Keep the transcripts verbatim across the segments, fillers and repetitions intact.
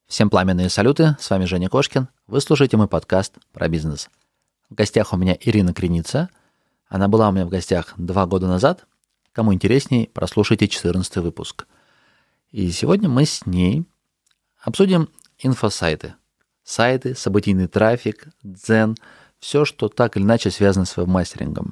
Всем пламенные салюты, с вами Женя Кошкин. Вы слушаете мой подкаст про бизнес. В гостях у меня Ирина Криница. Она была у меня в гостях два года назад. Кому интересней, прослушайте четырнадцатый выпуск. И сегодня мы с ней обсудим инфосайты. Сайты, событийный трафик, дзен, все, что так или иначе связано с веб-мастерингом.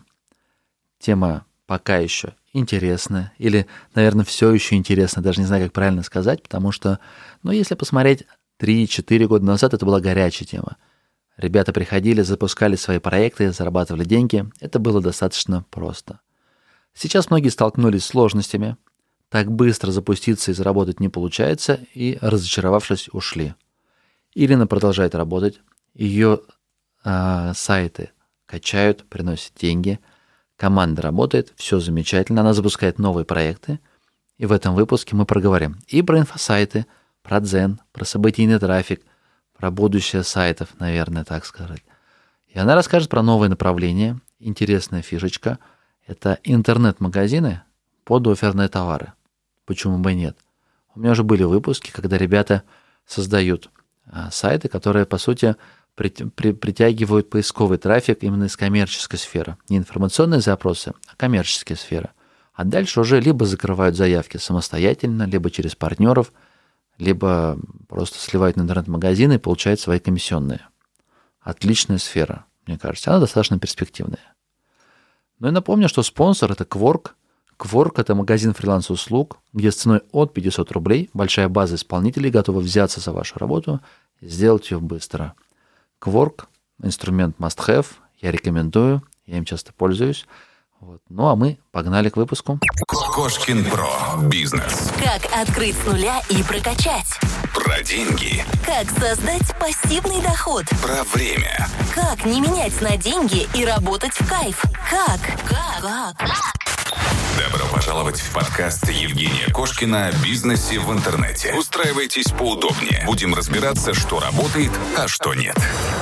Тема пока еще интересная, или, наверное, все еще интересно, даже не знаю, как правильно сказать, потому что, ну, если посмотреть три-четыре года назад, это была горячая тема. Ребята приходили, запускали свои проекты, зарабатывали деньги. Это было достаточно просто. Сейчас многие столкнулись с сложностями. Так быстро запуститься и заработать не получается, и, разочаровавшись, ушли. Ирина продолжает работать. Ее э, сайты качают, приносят деньги. Команда работает, все замечательно. Она запускает новые проекты. И в этом выпуске мы проговорим и про инфосайты, про дзен, про событийный трафик, про будущее сайтов, наверное, так сказать. И она расскажет про новые направления. Интересная фишечка – это интернет-магазины под офферные товары. Почему бы и нет? У меня уже были выпуски, когда ребята создают а, сайты, которые, по сути, при, при, притягивают поисковый трафик именно из коммерческой сферы. Не информационные запросы, а коммерческие сферы. А дальше уже либо закрывают заявки самостоятельно, либо через партнеров, либо просто сливают на интернет-магазины и получают свои комиссионные. Отличная сфера, мне кажется. Она достаточно перспективная. Ну и напомню, что спонсор – это Quark. Quark – это магазин фриланс-услуг, где с ценой от пятьсот рублей большая база исполнителей готова взяться за вашу работу и сделать ее быстро. Quark – инструмент must-have, я рекомендую, я им часто пользуюсь. Вот. Ну а мы погнали к выпуску. Кошкин Про. Бизнес. Как открыть с нуля и прокачать. Про деньги. Как создать пассивный доход. Про время. Как не менять на деньги и работать в кайф. Как? Как? Как? Добро пожаловать в подкаст Евгения Кошкина о бизнесе в интернете. Устраивайтесь поудобнее. Будем разбираться, что работает, а что нет.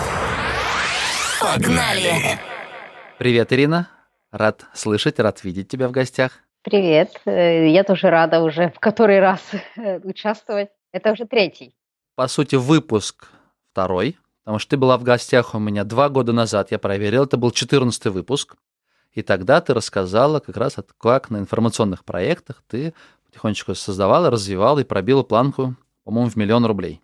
Погнали! Привет, Ирина. Рад слышать, рад видеть тебя в гостях. Привет. Я тоже рада уже в который раз участвовать. Это уже третий. По сути, выпуск второй, потому что ты была в гостях у меня два года назад, я проверил, это был четырнадцатый выпуск. И тогда ты рассказала как раз, как на информационных проектах ты потихонечку создавала, развивала и пробила планку, по-моему, в миллион рублей.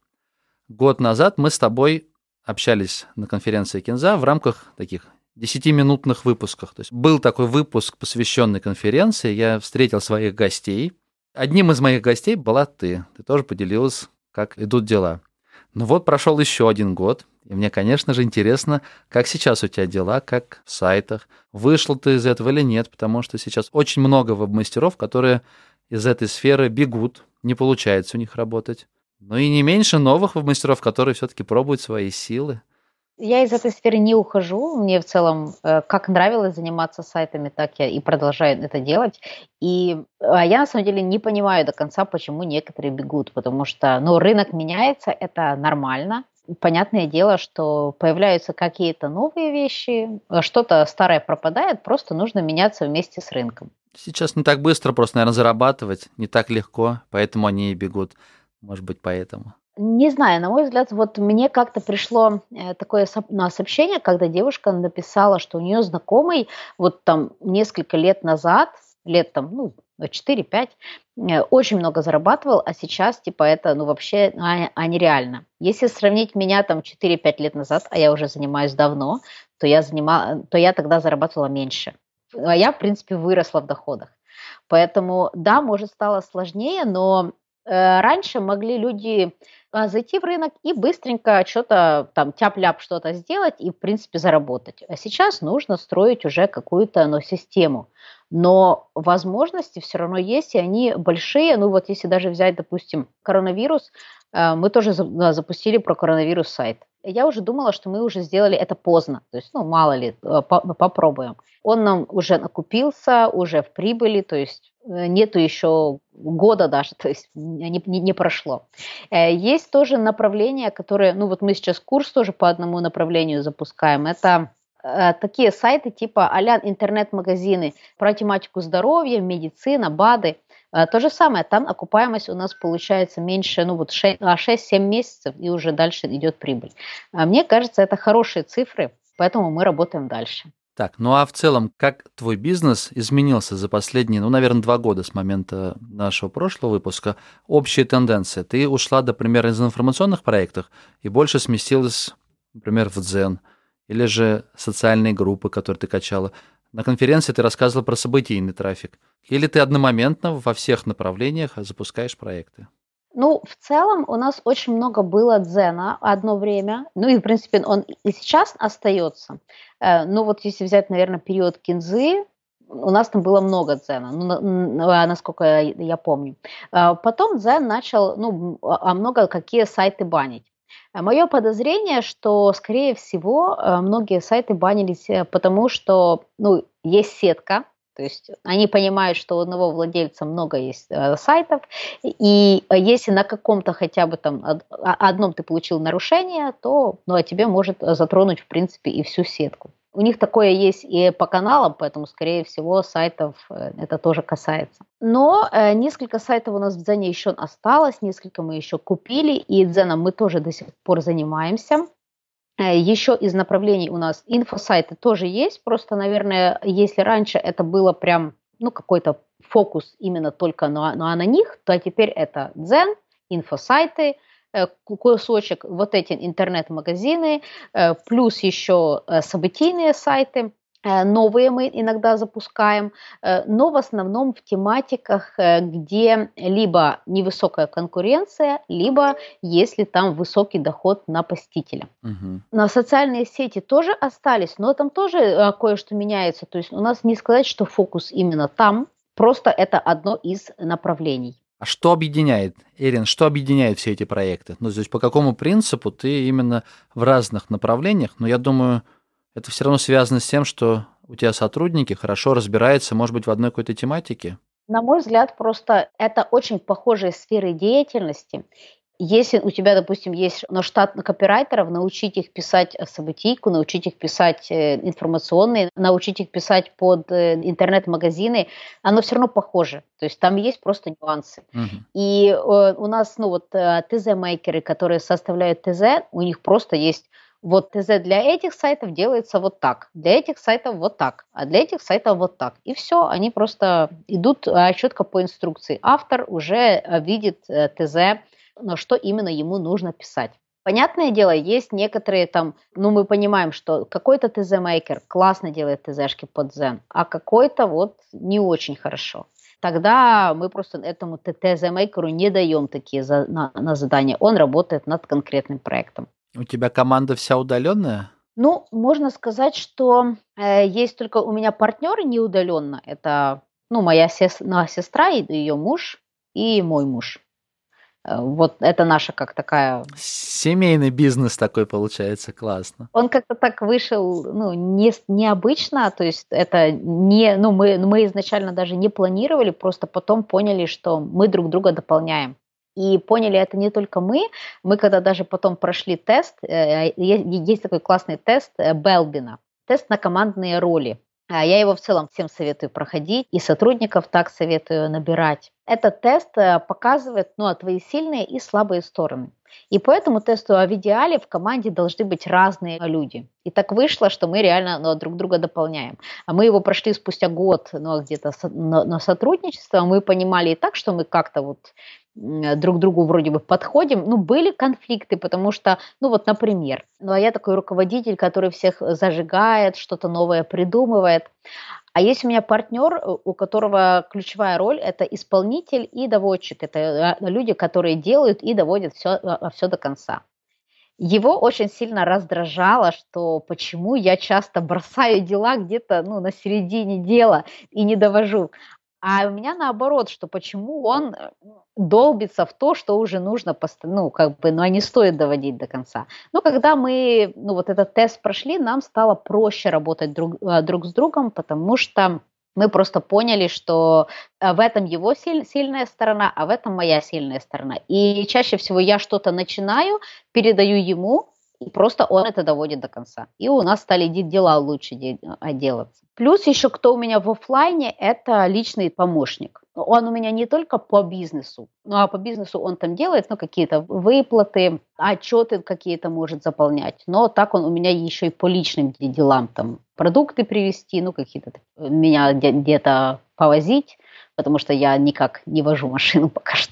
Год назад мы с тобой общались на конференции Кинза в рамках таких десятиминутных выпусках. То есть был такой выпуск, посвященный конференции, я встретил своих гостей. Одним из моих гостей была ты. Ты тоже поделилась, как идут дела. Ну вот прошел еще один год, и мне, конечно же, интересно, как сейчас у тебя дела, как в сайтах. Вышел ты из этого или нет, потому что сейчас очень много веб-мастеров, которые из этой сферы бегут, не получается у них работать. Но и не меньше новых веб-мастеров, которые все-таки пробуют свои силы. Я из этой сферы не ухожу. Мне в целом как нравилось заниматься сайтами, так я и продолжаю это делать. И я на самом деле не понимаю до конца, почему некоторые бегут, потому что ну, рынок меняется, это нормально. Понятное дело, что появляются какие-то новые вещи, что-то старое пропадает, просто нужно меняться вместе с рынком. Сейчас не так быстро просто, наверное, зарабатывать, не так легко, поэтому они и бегут. Может быть, поэтому. Не знаю, на мой взгляд, вот мне как-то пришло такое сообщение, когда девушка написала, что у нее знакомый вот там несколько лет назад, лет там, ну, четыре-пять, очень много зарабатывал, а сейчас, типа, это, ну, вообще, а, а нереально. Если сравнить меня там четыре-пять лет назад, а я уже занимаюсь давно, то я, занимала, то я тогда зарабатывала меньше. А я, в принципе, выросла в доходах. Поэтому, да, может, стало сложнее, но э, раньше могли люди зайти в рынок и быстренько что-то там тяп-ляп что-то сделать и, в принципе, заработать. А сейчас нужно строить уже какую-то ну, систему. Но возможности все равно есть, и они большие. Ну вот если даже взять, допустим, коронавирус, мы тоже запустили про коронавирус сайт. Я уже думала, что мы уже сделали это поздно. То есть, ну, мало ли, попробуем. Он нам уже накупился, уже в прибыли, то есть нету еще года даже, то есть не, не, не прошло. Есть тоже направления, которые, ну вот мы сейчас курс тоже по одному направлению запускаем. Это такие сайты типа а-ля интернет-магазины про тематику здоровья, медицина, БАДы. А, То же самое, там окупаемость у нас получается меньше, ну вот шесть-семь месяцев, и уже дальше идет прибыль. А Мне кажется, это хорошие цифры, поэтому мы работаем дальше. Так, ну а в целом, как твой бизнес изменился за последние, ну, наверное, два года с момента нашего прошлого выпуска? Общие тенденции. Ты ушла, например, из информационных проектов и больше сместилась, например, в Дзен, или же социальные группы, которые ты качала. На конференции ты рассказывала про событийный трафик. Или ты одномоментно во всех направлениях запускаешь проекты? Ну, в целом у нас очень много было дзена одно время. Ну и, в принципе, он и сейчас остается. Э, Ну вот если взять, наверное, период кинзы, у нас там было много дзена, ну, на- н- а, насколько я, я помню. А Потом дзен начал, ну, м, а а много какие сайты банить. Мое подозрение, что, скорее всего, э, многие сайты банились, э, потому что, ну, есть сетка, то есть они понимают, что у одного владельца много есть э, сайтов, и э, если на каком-то хотя бы там од- а- одном ты получил нарушение, то, ну, а тебе может э, затронуть, в принципе, и всю сетку. У них такое есть и по каналам, поэтому, скорее всего, сайтов э, это тоже касается. Но э, несколько сайтов у нас в Дзене еще осталось, несколько мы еще купили, и Дзеном мы тоже до сих пор занимаемся. Э, Еще из направлений у нас инфосайты тоже есть, просто, наверное, если раньше это было прям, ну, какой-то фокус именно только на, на, на них, то теперь это Дзен, инфосайты, э, кусочек, вот эти интернет-магазины, э, плюс еще э, событийные сайты. Э, Новые мы иногда запускаем, э, но в основном в тематиках, э, где либо невысокая конкуренция, либо если там высокий доход на посетителя. Мгм. На социальные сети тоже остались, но там тоже э, кое-что меняется. То есть у нас не сказать, что фокус именно там, просто это одно из направлений. А что объединяет, Ирин, что объединяет все эти проекты? Ну, то есть по какому принципу ты именно в разных направлениях, но я думаю, это все равно связано с тем, что у тебя сотрудники хорошо разбираются, может быть, в одной какой-то тематике? На мой взгляд, просто это очень похожие сферы деятельности. Если у тебя, допустим, есть на штат копирайтеров, научить их писать э, событийку, научить их писать э, информационные, научить их писать под э, интернет-магазины, оно все равно похоже. То есть там есть просто нюансы. Мгм. И э, у нас, ну вот, э, ТЗ-мейкеры, которые составляют ТЗ, у них просто есть вот ТЗ для этих сайтов делается вот так, для этих сайтов вот так, а для этих сайтов вот так. И все, они просто идут э, четко по инструкции. Автор уже э, видит э, ТЗ, на что именно ему нужно писать. Понятное дело, есть некоторые там, ну мы понимаем, что какой-то ТЗ-мейкер классно делает ТЗшки под Дзен, а какой-то вот не очень хорошо. Тогда мы просто этому ТЗ-мейкеру не даем такие за- на, на задания. Он работает над конкретным проектом. У тебя команда вся удаленная? Ну, можно сказать, что э, есть только у меня партнеры не удаленно. Это, ну, моя сес- моя сестра и ее муж и мой муж. Э, Вот это наша как такая. Семейный бизнес такой получается, классно. Он как-то так вышел, ну, не, с- необычно, то есть это не, ну, мы, мы изначально даже не планировали, просто потом поняли, что мы друг друга дополняем. И поняли это не только мы, мы когда даже потом прошли тест, э, е- есть такой классный тест э, Белбина, тест на командные роли. А Я его в целом всем советую проходить, и сотрудников так советую набирать. Этот тест э, показывает, ну, а твои сильные и слабые стороны. И по этому тесту, а в идеале в команде должны быть разные люди. И так вышло, что мы реально, ну, друг друга дополняем. А мы его прошли спустя год, ну, где-то со- на, на сотрудничество. Мы понимали и так, что мы как-то вот м, друг другу вроде бы подходим. Ну, были конфликты, потому что, ну вот, например, ну, а я такой руководитель, который всех зажигает, что-то новое придумывает. А есть у меня партнер, э, у которого ключевая роль – это исполнитель и доводчик. Это э, люди, которые делают и доводят все, все до конца. Его очень сильно раздражало, что почему я часто бросаю дела где-то, ну, на середине дела и не довожу. А у меня наоборот, что почему он э, долбится в то, что уже нужно, пост- ну, как бы, ну, а не стоит доводить до конца. Но когда мы, ну, вот этот тест прошли, нам стало проще работать друг, э, друг с другом, потому что мы просто поняли, что э, в этом его силь- сильная сторона, а в этом моя сильная сторона. И чаще всего я что-то начинаю, передаю ему, и просто он это доводит до конца. И у нас стали де- дела лучше де- а, делаться. Плюс еще кто у меня в оффлайне, это личный помощник. Он у меня не только по бизнесу, ну а по бизнесу он там делает, ну, какие-то выплаты, отчеты какие-то может заполнять, но так он у меня еще и по личным делам, там, продукты привезти, ну, какие-то, меня где-то повозить, потому что я никак не вожу машину пока что.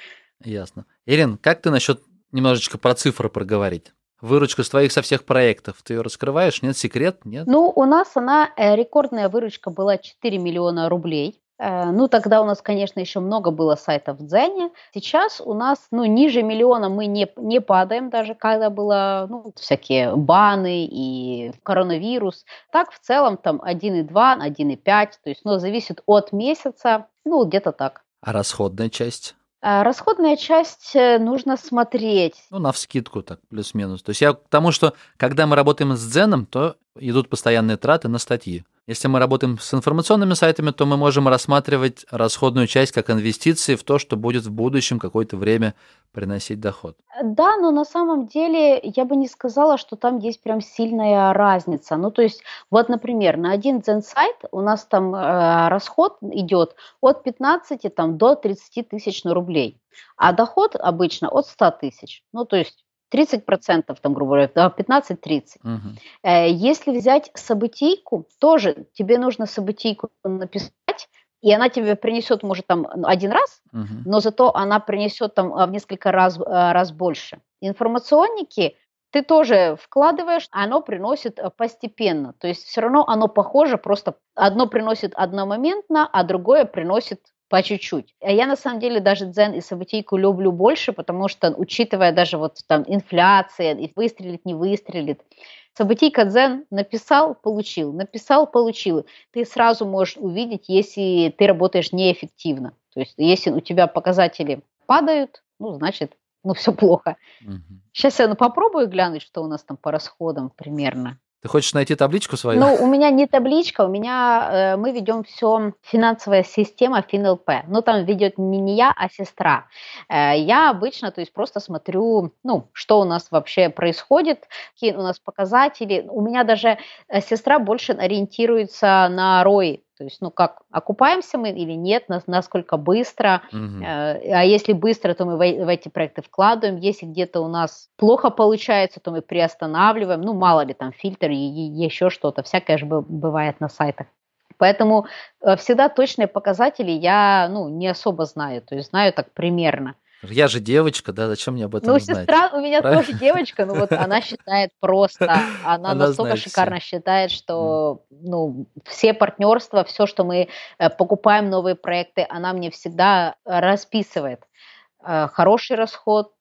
Ясно. Ирин, как ты насчет немножечко про цифры проговорить? Выручка с твоих со всех проектов, ты ее раскрываешь? Нет, секрет? Нет? Ну, у нас она, э, рекордная выручка была четыре миллиона рублей. Э, ну, тогда у нас, конечно, еще много было сайтов в Дзене. Сейчас у нас, ну, ниже миллиона мы не, не падаем, даже когда было, ну, всякие баны и коронавирус. Так, в целом, там один и два, один и пять, то есть, ну, зависит от месяца, ну, где-то так. А расходная часть? А расходная часть э, нужно смотреть. Ну, навскидку так, плюс-минус. То есть я к тому, что когда мы работаем с Дзеном, то идут постоянные траты на статьи. Если мы работаем с информационными сайтами, то мы можем рассматривать расходную часть как инвестиции в то, что будет в будущем какое-то время приносить доход. Да, но на самом деле я бы не сказала, что там есть прям сильная разница. Ну, то есть, вот, например, на один Дзен-сайт у нас там э, расход идет от пятнадцати там, до тридцати тысяч на рублей, а доход обычно от ста тысяч. Ну, то есть тридцать процентов, там, грубо говоря, пятнадцать-тридцать. Угу. Э, если взять событийку, тоже тебе нужно событийку написать, и она тебе принесет, может, там один раз, угу. но зато она принесет там в несколько раз, раз больше. Информационники ты тоже вкладываешь, а оно приносит постепенно. То есть все равно оно похоже, просто одно приносит одномоментно, а другое приносит по чуть-чуть. Я на самом деле даже Дзен и событийку люблю больше, потому что, учитывая даже вот там инфляция, и выстрелит, не выстрелит, событийка Дзен написал, получил, написал, получил. Ты сразу можешь увидеть, если ты работаешь неэффективно. То есть если у тебя показатели падают, ну, значит, ну, все плохо. Угу. Сейчас я ну, попробую глянуть, что у нас там по расходам примерно. Ты хочешь найти табличку свою? Ну, у меня не табличка, у меня э, мы ведем все финансовая система ФинЛП. Ну, там ведет не, не я, а сестра. Э, я обычно, то есть просто смотрю, ну, что у нас вообще происходит, какие у нас показатели. У меня даже э, сестра больше ориентируется на рой. То есть, ну, как, окупаемся мы или нет, насколько быстро. Угу. А если быстро, то мы в эти проекты вкладываем. Если где-то у нас плохо получается, то мы приостанавливаем. Ну, мало ли, там, фильтр и еще что-то. Всякое же бывает на сайтах. Поэтому всегда точные показатели я, ну, не особо знаю. То есть, знаю так примерно. Я же девочка, да, зачем мне об этом ну, знать? Ну, сестра у меня Правильно? Тоже девочка, но вот она считает просто, она, она настолько шикарно все. Считает, что ну, все партнерства, все, что мы покупаем, новые проекты, она мне всегда расписывает. Хороший расход,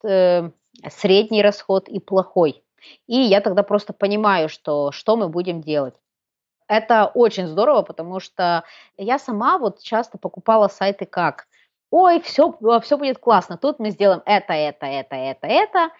средний расход и плохой. И я тогда просто понимаю, что, что мы будем делать. Это очень здорово, потому что я сама вот часто покупала сайты как... Ой, все, все будет классно, тут мы сделаем это, это, это, это, это.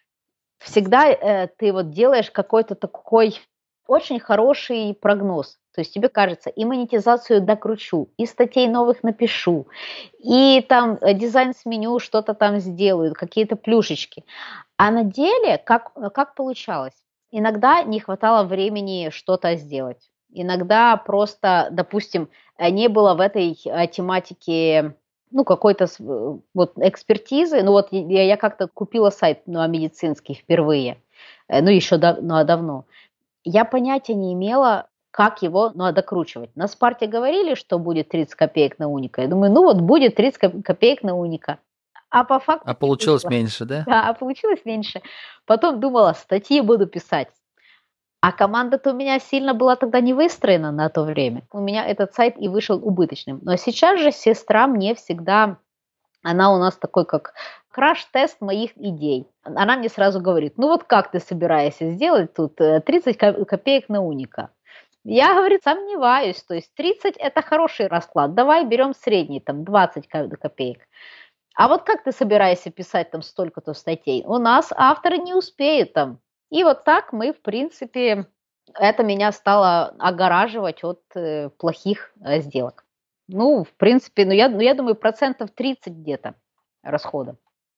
Всегда э, ты вот делаешь какой-то такой очень хороший прогноз. То есть тебе кажется, и монетизацию докручу, и статей новых напишу, и там дизайн сменю, что-то там сделаю, какие-то плюшечки. А на деле как, как получалось? Иногда не хватало времени что-то сделать. Иногда просто, допустим, не было в этой тематике... ну, какой-то вот экспертизы. Ну, вот я, я как-то купила сайт ну, медицинский впервые, ну, еще дав, ну, давно. Я понятия не имела, как его ну, докручивать. На Спарте говорили, что будет тридцать копеек на уника. Я думаю, ну, вот будет тридцать копеек на уника. А по факту... А получилось вышло. Меньше, да? Да, а получилось меньше. Потом думала, статьи буду писать. А команда-то у меня сильно была тогда не выстроена на то время. У меня этот сайт и вышел убыточным. Но сейчас же сестра мне всегда, она у нас такой как краш-тест моих идей. Она мне сразу говорит, ну вот как ты собираешься сделать тут тридцать копеек на уника? Я, говорит, сомневаюсь. То есть тридцать это хороший расклад. Давай берем средний, там двадцать копеек. А вот как ты собираешься писать там столько-то статей? У нас авторы не успеют там. И вот так мы, в принципе, это меня стало огораживать от э, плохих э, сделок. Ну, в принципе, ну я, ну, я думаю, процентов тридцать где-то расхода.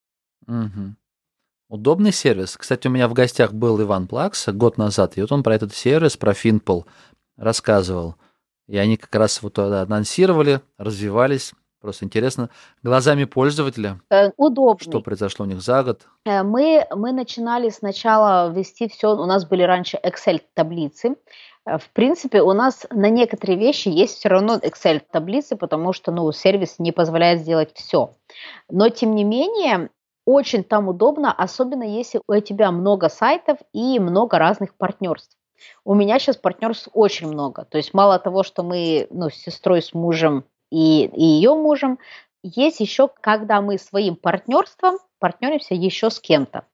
Угу. Удобный сервис. Кстати, у меня в гостях был Иван Плакса год назад, и вот он про этот сервис, про Finpal рассказывал. И они как раз вот анонсировали, развивались, Просто интересно, глазами пользователя, Э, удобный. что произошло у них за год. Э, Мы, мы начинали сначала вести все, у нас были раньше Excel-таблицы. Э, В принципе, у нас на некоторые вещи есть все равно Excel-таблицы, потому что ну, сервис не позволяет сделать все. Но, тем не менее, очень там удобно, особенно если у тебя много сайтов и много разных партнерств. У меня сейчас партнерств очень много. То есть мало того, что мы ну, с сестрой, с мужем и, и ее мужем, есть еще, когда мы своим партнерством партнеримся еще с кем-то.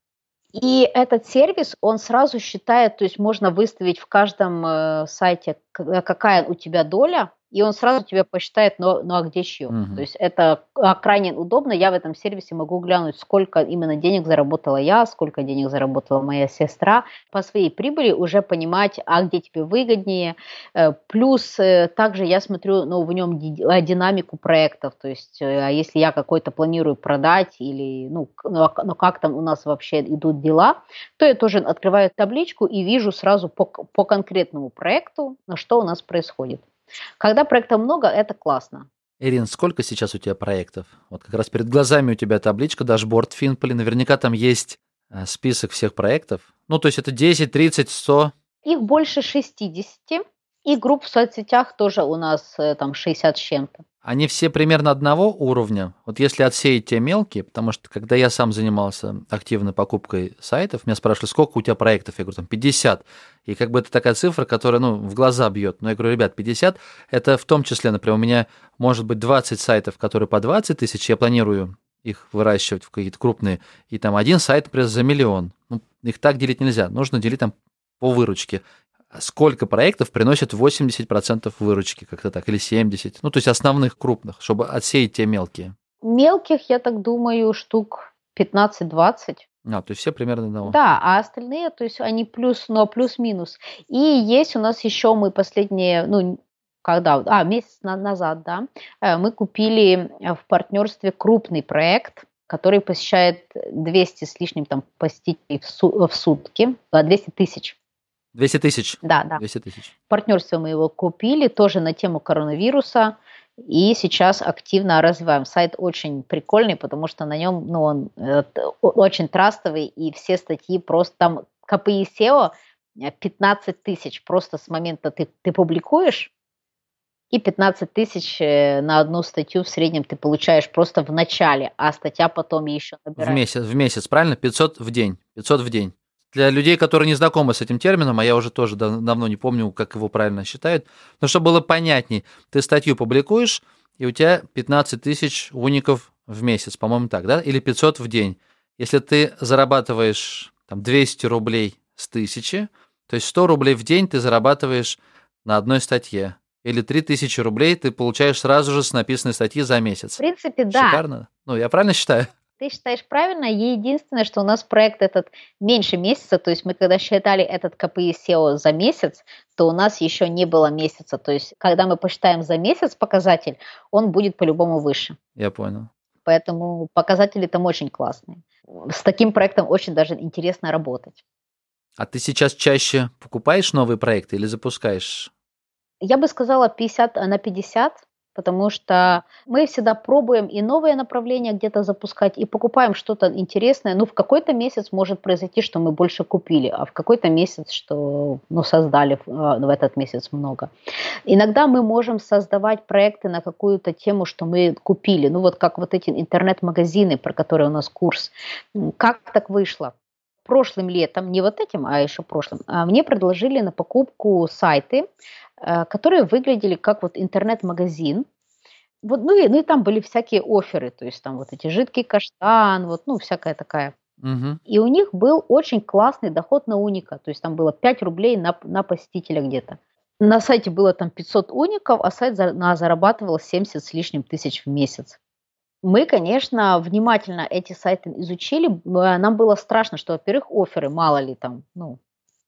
И этот сервис, он сразу считает, то есть можно выставить в каждом э, сайте, к- какая у тебя доля, и он сразу тебе посчитает, ну, ну а где чье. Мгм. То есть это а, крайне удобно. Я в этом сервисе могу глянуть, сколько именно денег заработала я, сколько денег заработала моя сестра. По своей прибыли уже понимать, а где тебе выгоднее. Э, Плюс э, также я смотрю ну, в нем ди- а, динамику проектов. То есть э, а если я какой-то планирую продать или ну, к- ну, а к- ну, как там у нас вообще идут дела, то я тоже открываю табличку и вижу сразу по, к- по конкретному проекту, на что у нас происходит. Когда проектов много, это классно. Ирин, сколько сейчас у тебя проектов? Вот как раз перед глазами у тебя табличка, дашборд Финполи. Наверняка там есть э, список всех проектов. Ну, то есть это десять, тридцать, сто. Их больше шестидесяти, и групп в соцсетях тоже у нас э, там шестьдесят с чем-то. Они все примерно одного уровня. Вот если отсеять те мелкие, потому что когда я сам занимался активной покупкой сайтов, меня спрашивали, сколько у тебя проектов? Я говорю, там пятьдесят. И как бы это такая цифра, которая, ну, в глаза бьет. Но я говорю, ребят, пятьдесят, это в том числе, например, у меня может быть двадцать сайтов, которые по двадцать тысяч, я планирую их выращивать в какие-то крупные, и там один сайт, например, за миллион. Ну, их так делить нельзя, нужно делить там по выручке. Сколько проектов приносит восемьдесят процентов выручки, как-то так, или семьдесят процентов, ну, то есть основных крупных, чтобы отсеять те мелкие. Мелких, я так думаю, штук пятнадцать-двадцать. А, то есть все примерно одного. Да, а остальные, то есть они плюс, но плюс-минус. И есть у нас еще мы последние, ну, когда, а, месяц на- назад, да, э, мы купили э, в партнерстве крупный проект, который посещает двести с лишним там посетителей в, су- в сутки, а, двести тысяч. двести тысяч. Да, да. двести тысяч. В партнерстве мы его купили, тоже на тему коронавируса, и сейчас активно развиваем. Сайт очень прикольный, потому что на нем, ну, он э, т- о- очень трастовый, и все статьи просто там ка пи и сео э, пятнадцать тысяч просто с момента ты, ты публикуешь, и пятнадцать тысяч э, на одну статью в среднем ты получаешь просто в начале, а статья потом еще В набирает. месяц, в месяц, правильно? пятьсот в день. пятьсот в день. Для людей, которые не знакомы с этим термином, а я уже тоже дав- давно не помню, как его правильно считают, но чтобы было понятней, ты статью публикуешь, и у тебя пятнадцать тысяч уников в месяц, по-моему, так, да? Или пятьсот в день. Если ты зарабатываешь там двести рублей с тысячи, то есть сто рублей в день ты зарабатываешь на одной статье. Или три тысячи рублей ты получаешь сразу же с написанной статьи за В месяц. принципе, да. Шикарно. Ну, я правильно считаю? Ты считаешь правильно, единственное, что у нас проект этот меньше месяца, то есть мы когда считали этот ка пи и сео за месяц, то у нас еще не было месяца, то есть когда мы посчитаем за месяц показатель, он будет по-любому выше. Я понял. Поэтому показатели там очень классные. С таким проектом очень даже интересно работать. А ты сейчас чаще покупаешь новые проекты или запускаешь? Я бы сказала пятьдесят на пятьдесят, потому что мы всегда пробуем и новые направления где-то запускать, и покупаем что-то интересное. Ну, в какой-то месяц может произойти, что мы больше купили, а в какой-то месяц, что ну, создали э, в этот месяц много. Иногда мы можем создавать проекты на какую-то тему, что мы купили. Ну, вот как вот эти интернет-магазины, про которые у нас курс. М, Как так вышло? Прошлым летом, не вот этим, а еще прошлым, а мне предложили на покупку сайты, э, которые выглядели как вот интернет-магазин. Вот, ну, и, ну и там были всякие офферы, то есть там вот эти жидкий каштан, вот, ну, всякая такая. Мгм. И у них был очень классный доход на уника, то есть там было пять рублей на, на посетителя где-то. На сайте было там пятьсот уников, а сайт за- на- зарабатывал семьдесят с лишним тысяч в месяц. Мы, конечно, внимательно эти сайты изучили. Э, Нам было страшно, что, во-первых, офферы, мало ли там, ну,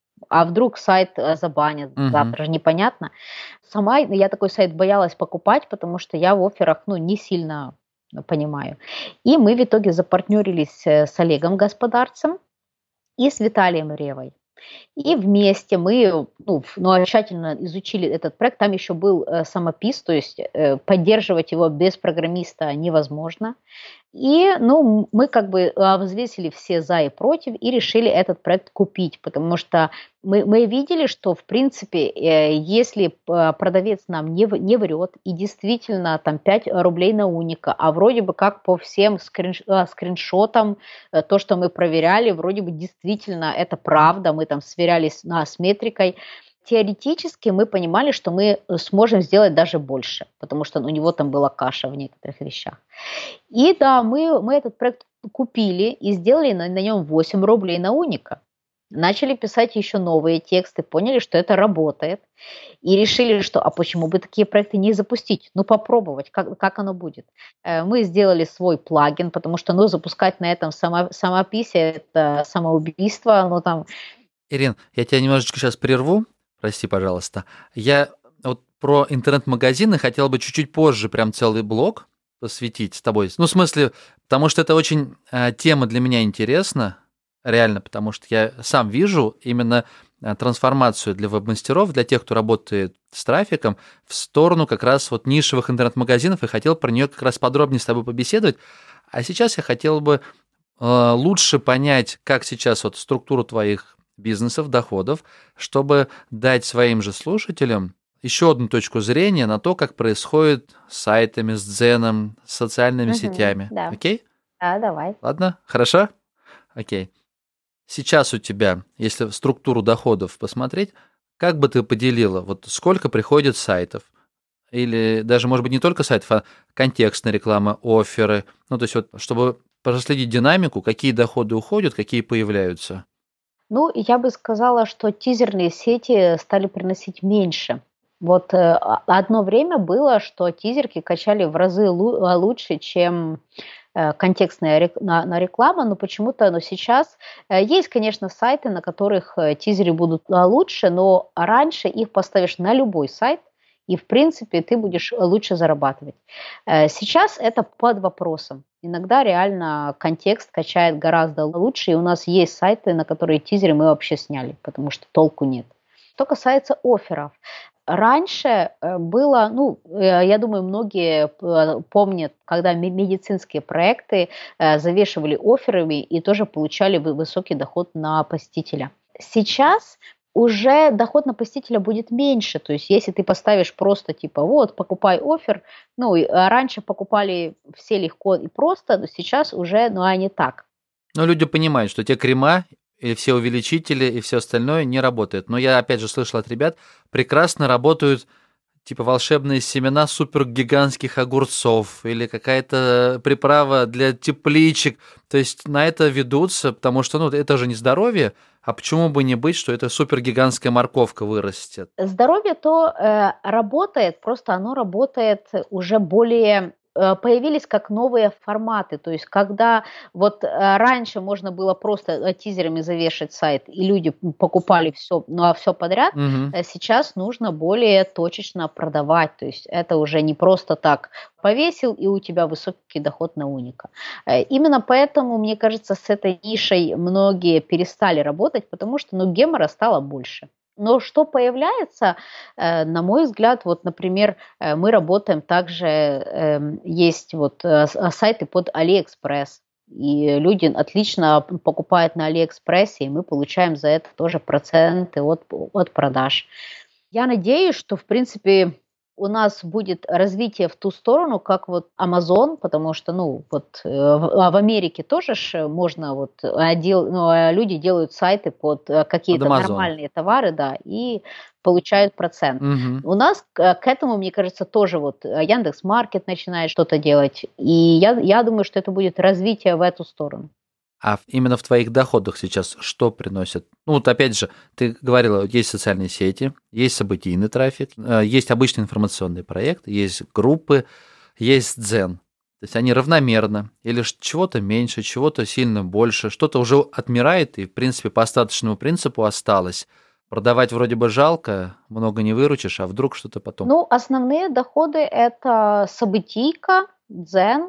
а вдруг сайт э, забанят, Мгм. завтра же непонятно. Сама я такой сайт боялась покупать, потому что я в офферах, ну, не сильно понимаю. И мы в итоге запартнерились э, с Олегом Господарцем и с Виталием Ревой. И вместе мы ну, ну, тщательно изучили этот проект. Там еще был э, самопис, то есть э, поддерживать его без программиста невозможно. И ну, мы как бы взвесили все за и против и решили этот проект купить, потому что мы, мы видели, что в принципе, э, если продавец нам не, не врет и действительно там пять рублей на уника, а вроде бы как по всем скринш, скриншотам, э, то, что мы проверяли, вроде бы действительно это правда, мы там сверялись на, с метрикой, теоретически мы понимали, что мы сможем сделать даже больше, потому что у него там была каша в некоторых вещах. И да, мы, мы этот проект купили и сделали на, на нем восемь рублей на уника. Начали писать еще новые тексты, поняли, что это работает. И решили, что а почему бы такие проекты не запустить? Ну, попробовать, как, как оно будет. Мы сделали свой плагин, потому что ну, запускать на этом само, самописи – это самоубийство. Ну, там... Ирин, я тебя немножечко сейчас прерву. Прости, пожалуйста. Я вот про интернет-магазины хотел бы чуть-чуть позже прям целый блог посвятить с тобой. Ну, в смысле, потому что это очень э, тема для меня интересна, реально, потому что я сам вижу именно э, трансформацию для веб-мастеров, для тех, кто работает с трафиком, в сторону как раз вот нишевых интернет-магазинов, и хотел про нее как раз подробнее с тобой побеседовать. А сейчас я хотел бы э, лучше понять, как сейчас вот структуру твоих бизнесов, доходов, чтобы дать своим же слушателям еще одну точку зрения на то, как происходит с сайтами, с Дзеном, с социальными угу, сетями. Да. Окей? Да, давай. Ладно? Хорошо? Окей. Сейчас у тебя, если структуру доходов посмотреть, как бы ты поделила, вот сколько приходит сайтов, или даже, может быть, не только сайтов, а контекстная реклама, офферы, ну, то есть вот, чтобы проследить динамику, какие доходы уходят, какие появляются. Ну, я бы сказала, что тизерные сети стали приносить меньше. Вот э, одно время было, что тизерки качали в разы лу- лучше, чем э, контекстная рек- на, на реклама, но почему-то но сейчас э, есть, конечно, сайты, на которых э, тизеры будут э, лучше, но раньше их поставишь на любой сайт, и, в принципе, ты будешь лучше зарабатывать. Э, сейчас это под вопросом. Иногда реально контекст качает гораздо лучше, и у нас есть сайты, на которые тизеры мы вообще сняли, потому что толку нет. Что касается офферов. Раньше было, ну, я думаю, многие помнят, когда медицинские проекты завешивали офферами и тоже получали высокий доход на посетителя. Сейчас уже доход на посетителя будет меньше. То есть, если ты поставишь просто типа, вот, покупай оффер, ну, раньше покупали все легко и просто, но сейчас уже, ну, а не так. Но люди понимают, что те крема и все увеличители и все остальное не работает. Но я, опять же, слышал от ребят, прекрасно работают типа волшебные семена супергигантских огурцов или какая-то приправа для тепличек. То есть на это ведутся, потому что ну, это же не здоровье, а почему бы не быть, что это супергигантская морковка вырастет? Здоровье то э, работает, просто оно работает уже более... Появились как новые форматы, то есть когда вот раньше можно было просто тизерами завешать сайт, и люди покупали все, ну а все подряд, угу. Сейчас нужно более точечно продавать, то есть это уже не просто так повесил, и у тебя высокий доход на уника. Именно поэтому, мне кажется, с этой нишей многие перестали работать, потому что ну, гемора стало больше. Но что появляется, на мой взгляд, вот, например, мы работаем также, есть вот сайты под AliExpress, и люди отлично покупают на AliExpress, и мы получаем за это тоже проценты от, от продаж. Я надеюсь, что, в принципе, у нас будет развитие в ту сторону, как вот Amazon, потому что, ну, вот в, в Америке тоже ж можно вот, дел, ну, люди делают сайты под какие-то под нормальные товары, да, и получают процент. Угу. У нас к этому, мне кажется, тоже вот Яндекс.Маркет начинает что-то делать, и я, я думаю, что это будет развитие в эту сторону. А именно в твоих доходах сейчас что приносит? Ну вот опять же, ты говорила, есть социальные сети, есть событийный трафик, есть обычный информационный проект, есть группы, есть Дзен. То есть они равномерно, или чего-то меньше, чего-то сильно больше, что-то уже отмирает и, в принципе, по остаточному принципу осталось. Продавать вроде бы жалко, много не выручишь, а вдруг что-то потом? Ну, основные доходы – это событийка, Дзен,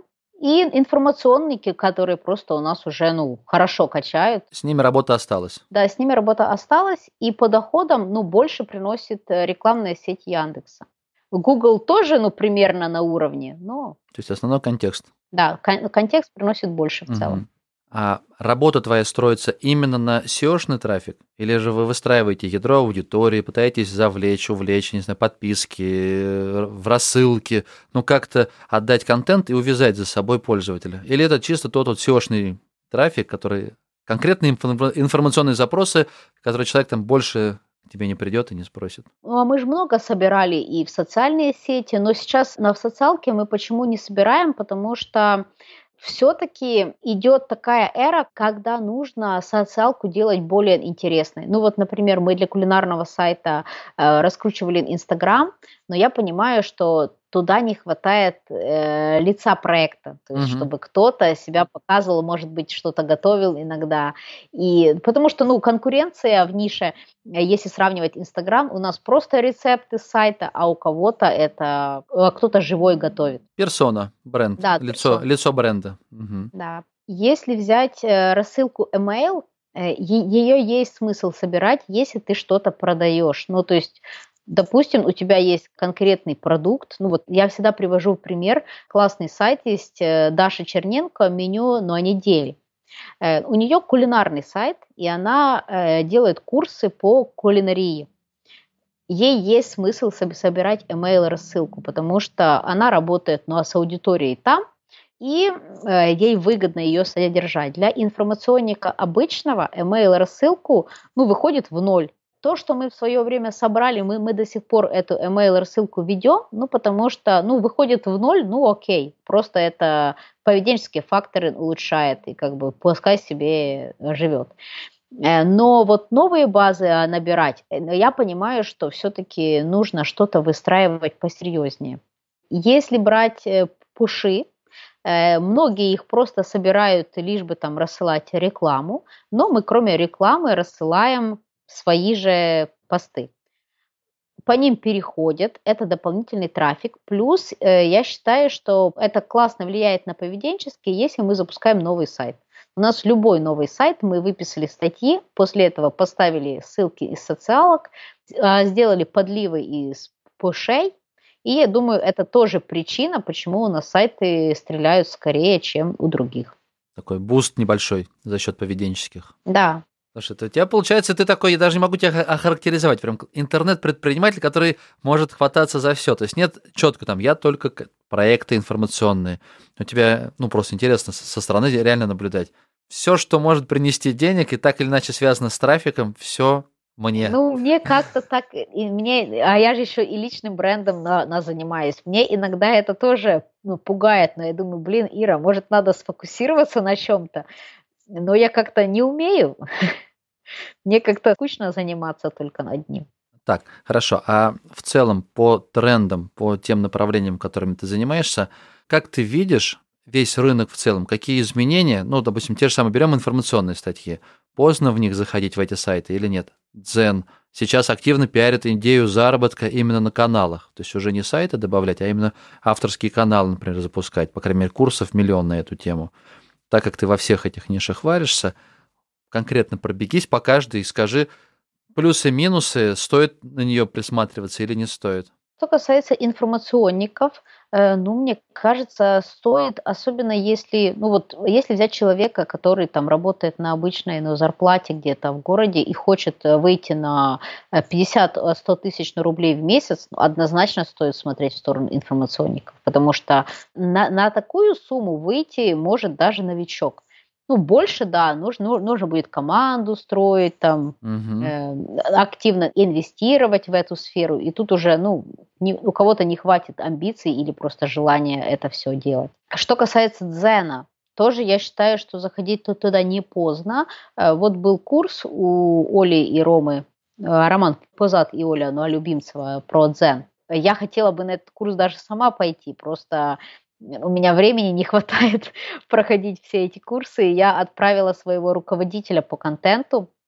И информационники, которые просто у нас уже ну, хорошо качают. С ними работа осталась. Да, с ними работа осталась, и по доходам ну, больше приносит э, рекламная сеть Яндекса. Google тоже ну, примерно на уровне, но То есть основной контекст. да, кон- контекст приносит больше в Мгм. целом. А работа твоя строится именно на сеошный трафик? Или же вы выстраиваете ядро аудитории, пытаетесь завлечь, увлечь, не знаю, подписки, э, в рассылки, ну как-то отдать контент и увязать за собой пользователя? Или это чисто тот вот сеошный трафик, который конкретные инфо- информационные запросы, которые человек там больше к тебе не придет и не спросит? Ну, а мы же много собирали и в социальные сети, но сейчас на в социалке мы почему не собираем? Потому что все-таки идет такая эра, когда нужно социалку делать более интересной. Ну вот, например, мы для кулинарного сайта э, раскручивали Инстаграм, но я понимаю, что туда не хватает э, лица проекта, то есть Мгм. чтобы кто-то себя показывал, может быть, что-то готовил иногда. И потому что, ну, конкуренция в нише, э, если сравнивать Инстаграм, у нас просто рецепты с сайта, а у кого-то это э, кто-то живой готовит. Персона, бренд, Да, лицо, персона. лицо бренда. Мгм. Да. Если взять э, рассылку email, э, ее есть смысл собирать, если ты что-то продаешь. Ну, то есть, допустим, у тебя есть конкретный продукт. Ну, вот я всегда привожу в пример. Классный сайт есть э, Даша Черненко, меню на неделю. Э, у нее кулинарный сайт, и она э, делает курсы по кулинарии. Ей есть смысл соб- собирать email рассылку, потому что она работает ну, а с аудиторией там, и э, ей выгодно ее содержать. Для информационника обычного email рассылку ну, выходит в ноль. То, что мы в свое время собрали, мы, мы до сих пор эту email рассылку ведем, ну, потому что ну, выходит в ноль, ну окей, просто это поведенческие факторы улучшает, и как бы пускай себе живет. Э, Но вот новые базы а, набирать, э, я понимаю, что все-таки нужно что-то выстраивать посерьезнее. Если брать э, пуши, э, многие их просто собирают лишь бы там рассылать рекламу, но мы кроме рекламы рассылаем свои же посты. По ним переходят, это дополнительный трафик. Плюс э, я считаю, что это классно влияет на поведенческий, если мы запускаем новый сайт. У нас любой новый сайт, мы выписали статьи, после этого поставили ссылки из социалок, а, сделали подливы из пушей, и я думаю, это тоже причина, почему у нас сайты стреляют скорее, чем у других. Такой буст небольшой за счет поведенческих. Да, Слушай, это у тебя получается, ты такой, я даже не могу тебя ха- охарактеризовать, прям интернет-предприниматель, который может хвататься за все. То есть нет четко там, я только к- проекты информационные. У тебя, ну, просто интересно со со стороны реально наблюдать. Все, что может принести денег и так или иначе связано с трафиком, все мне. ну, мне как-то так, и мне, а я же еще и личным брендом на, на занимаюсь. Мне иногда это тоже ну, пугает, но я думаю, блин, Ира, может, надо сфокусироваться на чем-то, но я как-то не умею. Мне как-то скучно заниматься только одним. Так, хорошо. А в целом по трендам, по тем направлениям, которыми ты занимаешься, как ты видишь весь рынок в целом? Какие изменения? Ну, допустим, те же самые берем информационные статьи. Поздно в них заходить в эти сайты или нет? Дзен сейчас активно пиарит идею заработка именно на каналах. То есть уже не сайты добавлять, а именно авторские каналы, например, запускать. По крайней мере, курсов миллион на эту тему. Так как ты во всех этих нишах варишься, конкретно пробегись по каждой и скажи, плюсы, минусы, стоит на нее присматриваться или не стоит? Что касается информационников, э, ну, мне кажется, стоит, особенно если, ну вот, если взять человека, который там работает на обычной, ну, зарплате где-то в городе и хочет э, выйти на э, пятьдесят-сто тысяч на рублей в месяц, ну, однозначно стоит смотреть в сторону информационников, потому что на, на такую сумму выйти может даже новичок. Ну, больше, да, нужно, нужно будет команду строить, там, Мгм. э, активно инвестировать в эту сферу, и тут уже, ну, не- у кого-то не хватит амбиций или просто желания это все делать. Что касается дзена, тоже я считаю, что заходить ту- туда не поздно. Э, Вот был курс у Оли и Ромы, э, Роман Позат и Оля, ну, а Любимцева про дзен. Я хотела бы на этот курс даже сама пойти, просто у меня времени не хватает проходить все эти курсы. И я отправила своего руководителя по контенту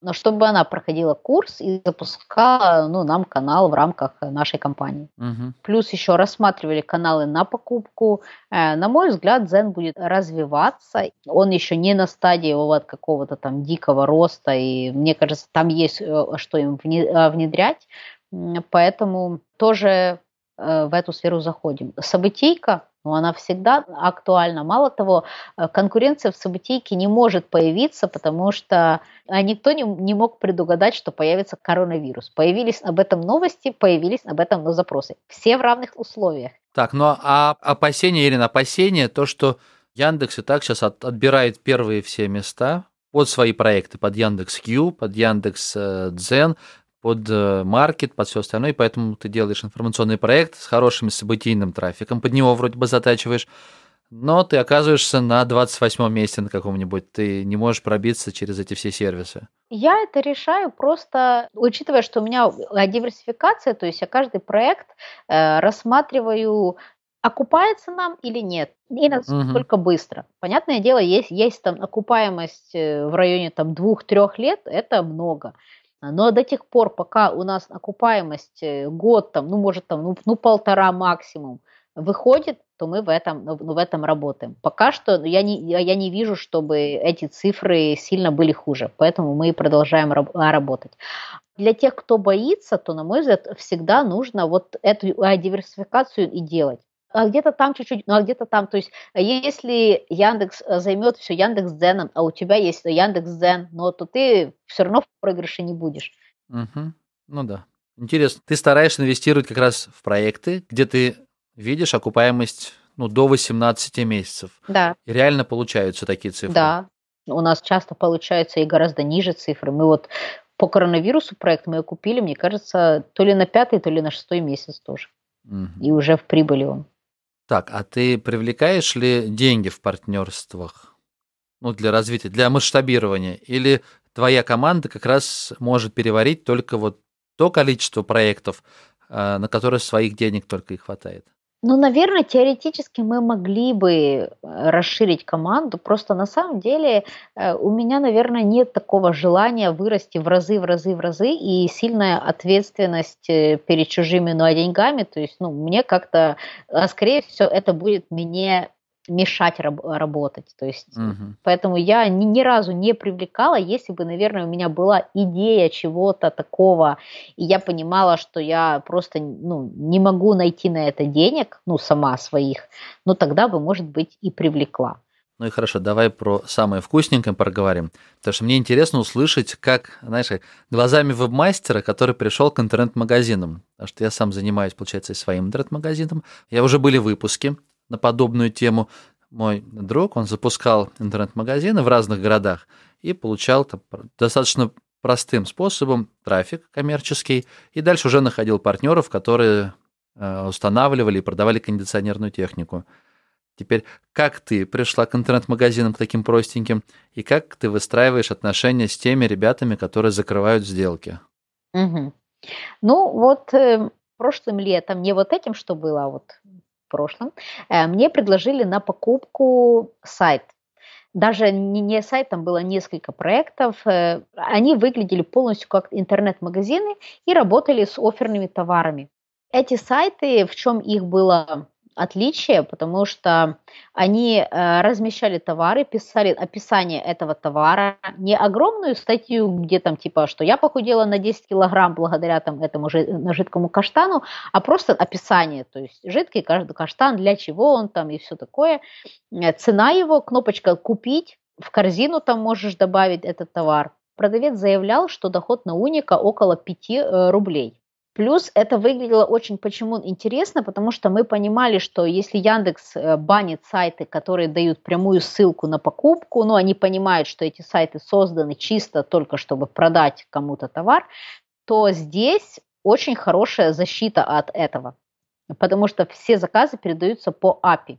но чтобы она проходила курс и запускала ну, нам канал в рамках нашей компании. Мгм. Плюс еще рассматривали каналы на покупку. Э, На мой взгляд, Дзен будет развиваться. Он еще не на стадии вот какого-то там дикого роста, и мне кажется, там есть э, что им вне- э, внедрять. М, Поэтому тоже э, в эту сферу заходим. Событийка, ну, она всегда актуальна. Мало того, э, конкуренция в событийке не может появиться, потому что а никто не, не мог предугадать, что появится коронавирус. Появились об этом новости, появились об этом запросы. Все в равных условиях. Так, ну а опасения, Ирина, опасения, то, что Яндекс и так сейчас от- отбирает первые все места под свои проекты, под Яндекс.Кью, под Яндекс э, Дзен, под э, Маркет, под все остальное, и поэтому ты делаешь информационный проект с хорошим событийным трафиком, под него вроде бы затачиваешь, но ты оказываешься на двадцать восьмом месте на каком-нибудь, ты не можешь пробиться через эти все сервисы. Я это решаю просто, учитывая, что у меня э, диверсификация, то есть я каждый проект э, рассматриваю, окупается нам или нет, и Мгм. насколько быстро. Понятное дело, есть, есть там окупаемость э, в районе там двух-трех лет, это много. Но до тех пор, пока у нас окупаемость э, год, там, ну, может, там, ну, ну, полтора максимум выходит, то мы в этом, ну, в этом работаем. Пока что я не, я я не вижу, чтобы эти цифры сильно были хуже, поэтому мы и продолжаем раб- а, работать. Для тех, кто боится, то, на мой взгляд, всегда нужно вот эту а, диверсификацию и делать. А где-то там чуть-чуть, ну а где-то там, то есть а если Яндекс э, займет все Яндекс.Дзеном, а у тебя есть Яндекс.Дзен, но то ты все равно в проигрыше не будешь. Мгм. Ну да. Интересно. Ты стараешься инвестировать как раз в проекты, где ты видишь окупаемость ну, до восемнадцати месяцев. Да, И реально получаются такие цифры. да. У нас часто получается и гораздо ниже цифры. Мы вот по коронавирусу проект мы купили, мне кажется, то ли на пятый, то ли на шестой месяц тоже. Мгм. И уже в прибыли он. Так, а ты привлекаешь ли деньги в партнерствах? Ну, для развития, для масштабирования? Или твоя команда как раз может переварить только вот то количество проектов, а, на которые своих денег только и хватает? Ну, наверное, теоретически мы могли бы э, расширить команду, просто на самом деле э, у меня, наверное, нет такого желания вырасти в разы, в разы, в разы, и сильная ответственность э, перед чужими ну, а деньгами, то есть, ну, мне как-то, а, скорее всего, это будет мне мешать раб- работать, то есть, э, Мгм. поэтому я ни, ни разу не привлекала, если бы, наверное, у меня была идея чего-то такого, и я понимала, что я просто ну, не могу найти на это денег, ну, сама своих, ну, тогда бы, может быть, и привлекла. Ну и хорошо, давай про самое вкусненькое проговорим. Потому что мне интересно услышать, как, знаешь, как глазами веб-мастера, который пришел к интернет-магазинам. Потому что я сам занимаюсь, получается, и своим интернет-магазином. Я уже были выпуски на подобную тему. Мой друг, он запускал интернет-магазины в разных городах и получал там пр- достаточно простым способом трафик коммерческий. И дальше уже находил партнеров, которые э, устанавливали и продавали кондиционерную технику. Теперь, как ты пришла к интернет-магазинам к таким простеньким, и как ты выстраиваешь отношения с теми ребятами, которые закрывают сделки? Мгм. Ну, вот э, прошлым летом, не вот этим, что было, а вот в прошлом, э, мне предложили на покупку сайт. Даже не, не сайт, там было несколько проектов. э, Они выглядели полностью как интернет-магазины и работали с офферными товарами. Эти сайты, в чем их было отличие, потому что они э, размещали товары, писали описание этого товара, не огромную статью, где там типа, что я похудела на десять килограмм благодаря там этому жи- на жидкому каштану, а просто описание, то есть жидкий каш- каштан, для чего он там и все такое. Э, Цена его, кнопочка «Купить», в корзину там можешь добавить этот товар. Продавец заявлял, что доход на уника около пяти э, рублей. Плюс это выглядело очень почему интересно, потому что мы понимали, что если Яндекс э, банит сайты, которые дают прямую ссылку на покупку, ну, они понимают, что эти сайты созданы чисто только чтобы продать кому-то товар, то здесь очень хорошая защита от этого, потому что все заказы передаются по эй пи ай.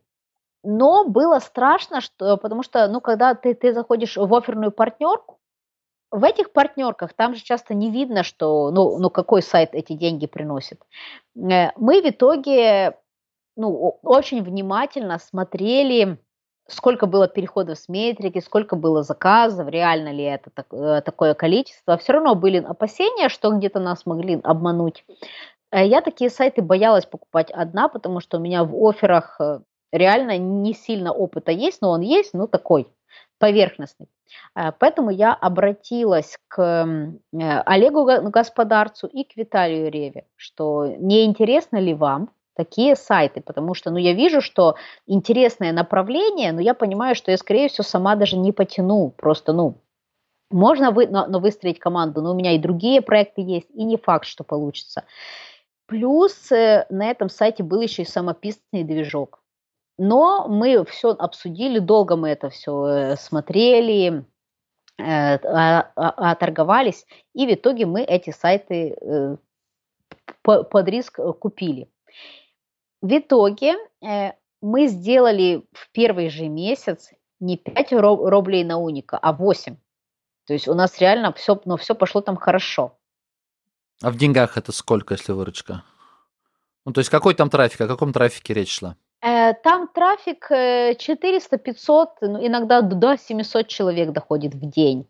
Но было страшно, что, потому что, ну, когда ты, ты заходишь в офферную партнерку, в этих партнерках там же часто не видно, что, ну, ну какой сайт эти деньги приносит. Э, Мы в итоге, ну, о- очень внимательно смотрели сколько было переходов с метрики, сколько было заказов, реально ли это так, такое количество. Все равно были опасения, что где-то нас могли обмануть. Я такие сайты боялась покупать одна, потому что у меня в офферах реально не сильно опыта есть, но он есть, но такой поверхностный. Поэтому я обратилась к Олегу Господарцу и к Виталию Реве, что не интересно ли вам такие сайты, потому что, ну, я вижу, что интересное направление, но я понимаю, что я, скорее всего, сама даже не потяну, просто, ну, можно вы, но, но выстроить команду, но у меня и другие проекты есть, и не факт, что получится. Плюс э, на этом сайте был еще и самописный движок. Но мы все обсудили, долго мы это все э, смотрели, э, оторговались, и в итоге мы эти сайты э, по, под риск купили. В итоге э, мы сделали в первый же месяц не пять рублей на Уника, а восемь. То есть у нас реально все, но все пошло там хорошо. А в деньгах это сколько, если выручка? Ну, то есть какой там трафик, о каком трафике речь шла? Э, там трафик четыреста-пятьсот, ну, иногда до семьсот человек доходит в день.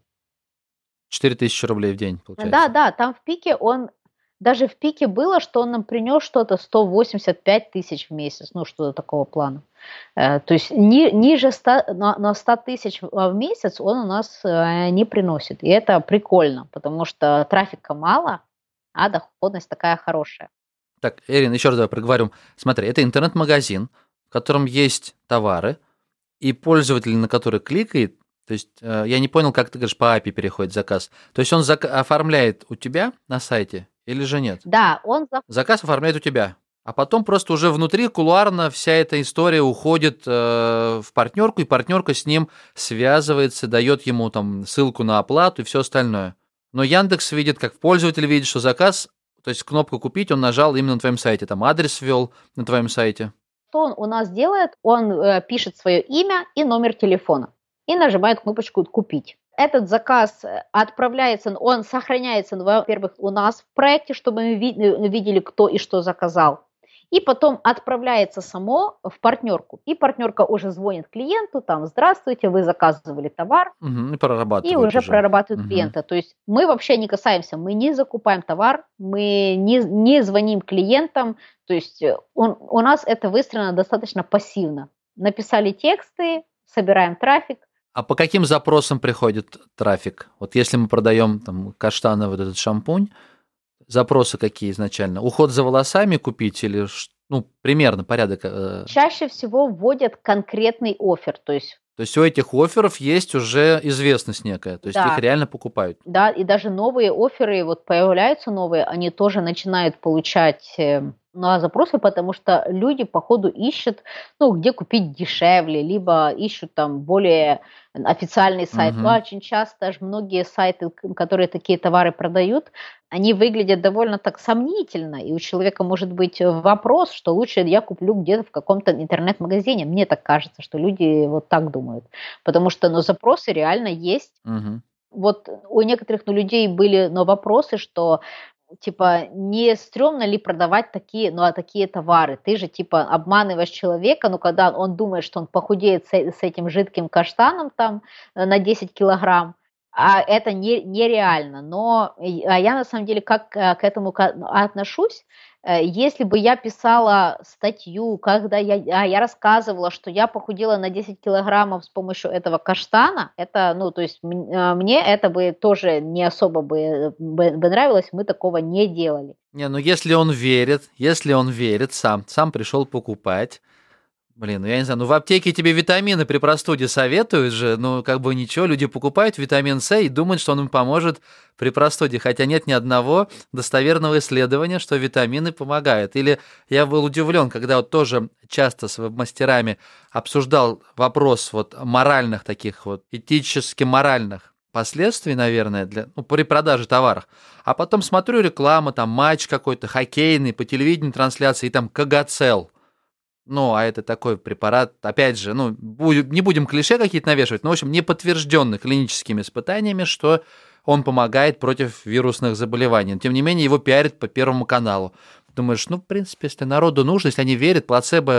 четыре тысячи рублей в день, получается? Да, да, там в пике он... Даже в пике было, что он нам принес что-то сто восемьдесят пять тысяч в месяц, ну, что-то такого плана. Э, то есть ни, ниже ста, на, на сто тысяч в месяц он у нас э, не приносит. И это прикольно, потому что трафика мало, а доходность такая хорошая. Так, Ирина, еще раз давай проговорим. Смотри, это интернет-магазин, в котором есть товары, и пользователь, на который кликает, то есть э, я не понял, как ты говоришь, по эй пи ай переходит заказ. То есть он зак- оформляет у тебя на сайте или же нет? Да, он... Заказ оформляет у тебя, а потом просто уже внутри кулуарно вся эта история уходит э, в партнерку, и партнерка с ним связывается, дает ему там ссылку на оплату и все остальное. Но Яндекс видит, как пользователь видит, что заказ, то есть кнопку «Купить» он нажал именно на твоем сайте, там адрес ввел на твоем сайте. Что он у нас делает? Он э, пишет свое имя и номер телефона и нажимает кнопочку «Купить». Этот заказ отправляется, он сохраняется, во-первых, у нас в проекте, чтобы мы видели, кто и что заказал. И потом отправляется само в партнерку. И партнерка уже звонит клиенту, там, здравствуйте, вы заказывали товар. Угу, и прорабатывает И уже, уже. прорабатывает угу. клиента. То есть мы вообще не касаемся, мы не закупаем товар, мы не, не звоним клиентам. То есть он, у нас это выстроено достаточно пассивно. Написали тексты, собираем трафик. А по каким запросам приходит трафик? Вот если мы продаем там каштановый вот этот шампунь, запросы какие изначально? Уход за волосами купить или, ну, примерно порядок? Чаще всего вводят конкретный оффер, то есть... То есть у этих офферов есть уже известность некая, то есть да. Их реально покупают. Да, и даже новые офферы, вот появляются новые, они тоже начинают получать на запросы, потому что люди по ходу ищут, ну, где купить дешевле, либо ищут там более официальный сайт. Uh-huh. Но очень часто даже многие сайты, которые такие товары продают, они выглядят довольно так сомнительно, и у человека может быть вопрос, что лучше я куплю где-то в каком-то интернет-магазине. Мне так кажется, что люди вот так думают, потому что, ну, запросы реально есть. Uh-huh. Вот у некоторых, ну, людей были, но вопросы, что типа, не стрёмно ли продавать такие, ну, а такие товары? Ты же, типа, обманываешь человека, ну, когда он думает, что он похудеет с, с этим жидким каштаном там на десять килограмм, а это не, нереально. Но а я, на самом деле, как к этому отношусь, если бы я писала статью, когда я, а, я рассказывала, что я похудела на десять килограммов с помощью этого каштана, это, ну, то есть мне это бы тоже не особо бы, бы, бы нравилось, мы такого не делали. Не, ну если он верит, если он верит сам, сам пришел покупать, блин, ну я не знаю, ну в аптеке тебе витамины при простуде советуют же, ну как бы ничего, люди покупают витамин С и думают, что он им поможет при простуде, хотя нет ни одного достоверного исследования, что витамины помогают. Или я был удивлен, когда вот тоже часто с веб-мастерами обсуждал вопрос вот моральных таких вот, этически-моральных последствий, наверное, для, ну, при продаже товаров. А потом смотрю рекламу, там матч какой-то хоккейный, по телевидению трансляции, и там Кагацел. Ну, а это такой препарат, опять же, ну, не будем клише какие-то навешивать, но, в общем, не подтвержденный клиническими испытаниями, что он помогает против вирусных заболеваний. Но, тем не менее, его пиарят по Первому каналу. Думаешь, ну, в принципе, если народу нужно, если они верят, плацебо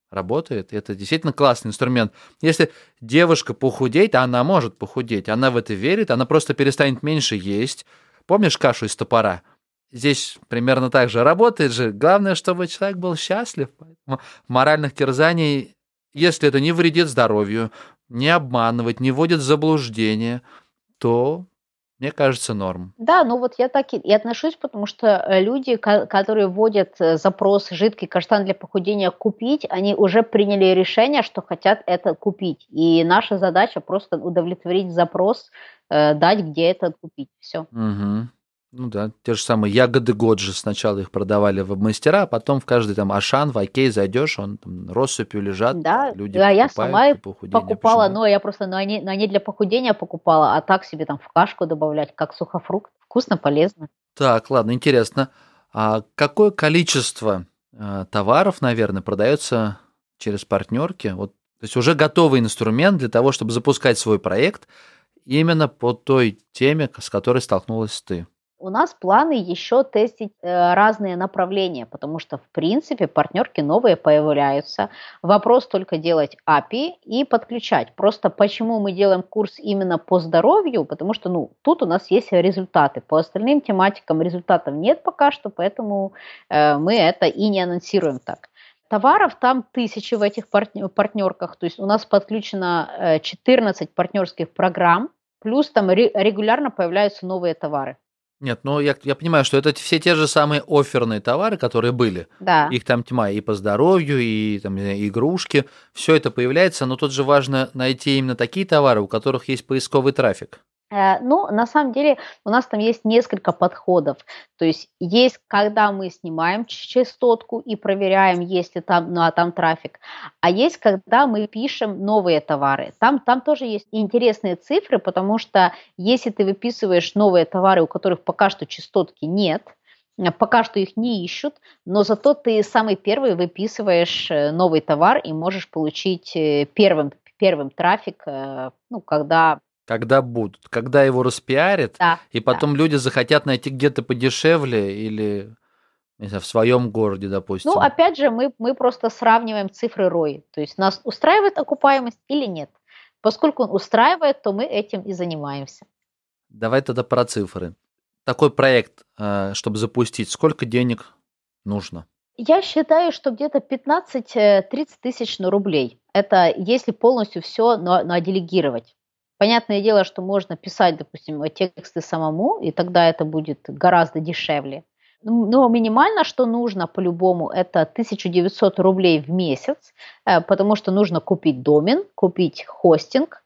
работает. Это действительно классный инструмент. Если девушка похудеет, а она может похудеть, она в это верит, она просто перестанет меньше есть. Помнишь кашу из топора? Здесь примерно так же работает же. Главное, чтобы человек был счастлив. Поэтому моральных терзаний, если это не вредит здоровью, не обманывает, не вводит в заблуждение, то, мне кажется, норм. Да, ну вот я так и, и отношусь, потому что э, люди, ко- которые вводят э, запрос «жидкий каштан для похудения купить», они уже приняли решение, что хотят это купить. И наша задача просто удовлетворить запрос, э, дать, где это купить. Все. Угу. Ну да, те же самые ягоды Годжи. Сначала их продавали в мастера, а потом в каждый там Ашан, в Окей зайдешь, он там россыпью лежат, Да, люди да, я покупают сама для их похудения. покупала, Почему? но я просто, но они, но они для похудения покупала, а так себе там в кашку добавлять, как сухофрукт. Вкусно, полезно. Так, ладно, интересно. А какое количество э, товаров, наверное, продается через партнерки? Вот, то есть уже готовый инструмент для того, чтобы запускать свой проект именно по той теме, с которой столкнулась ты. У нас планы еще тестить э, разные направления, потому что, в принципе, партнерки новые появляются. Вопрос только делать эй пи ай и подключать. Просто почему мы делаем курс именно по здоровью? Потому что, ну, тут у нас есть результаты. По остальным тематикам результатов нет пока что, поэтому э, мы это и не анонсируем так. Товаров там тысячи в этих партнерках, то есть у нас подключено четырнадцать партнерских программ, плюс там регулярно появляются новые товары. Нет, ну я, я понимаю, что это все те же самые офферные товары, которые были. Да. Их там тьма и по здоровью, и там игрушки. Все это появляется, но тут же важно найти именно такие товары, у которых есть поисковый трафик. Ну, на самом деле у нас там есть несколько подходов. То есть есть, когда мы снимаем частотку и проверяем, есть ли там, ну, а там трафик. А есть, когда мы пишем новые товары. Там, там тоже есть интересные цифры, потому что если ты выписываешь новые товары, у которых пока что частотки нет, пока что их не ищут, но зато ты самый первый выписываешь новый товар и можешь получить первым, первым трафик, ну, когда... Когда будут, когда его распиарят, да, и потом да. люди захотят найти где-то подешевле или, не знаю, в своем городе, допустим. Ну, опять же, мы, мы просто сравниваем цифры эр о и, то есть нас устраивает окупаемость или нет. Поскольку он устраивает, то мы этим и занимаемся. Давай тогда про цифры. Такой проект, чтобы запустить, сколько денег нужно? Я считаю, что где-то пятнадцать-тридцать тысяч рублей. Это если полностью все наделегировать. Понятное дело, что можно писать, допустим, тексты самому, и тогда это будет гораздо дешевле. Но минимально, что нужно по-любому, это тысяча девятьсот рублей в месяц, потому что нужно купить домен, купить хостинг,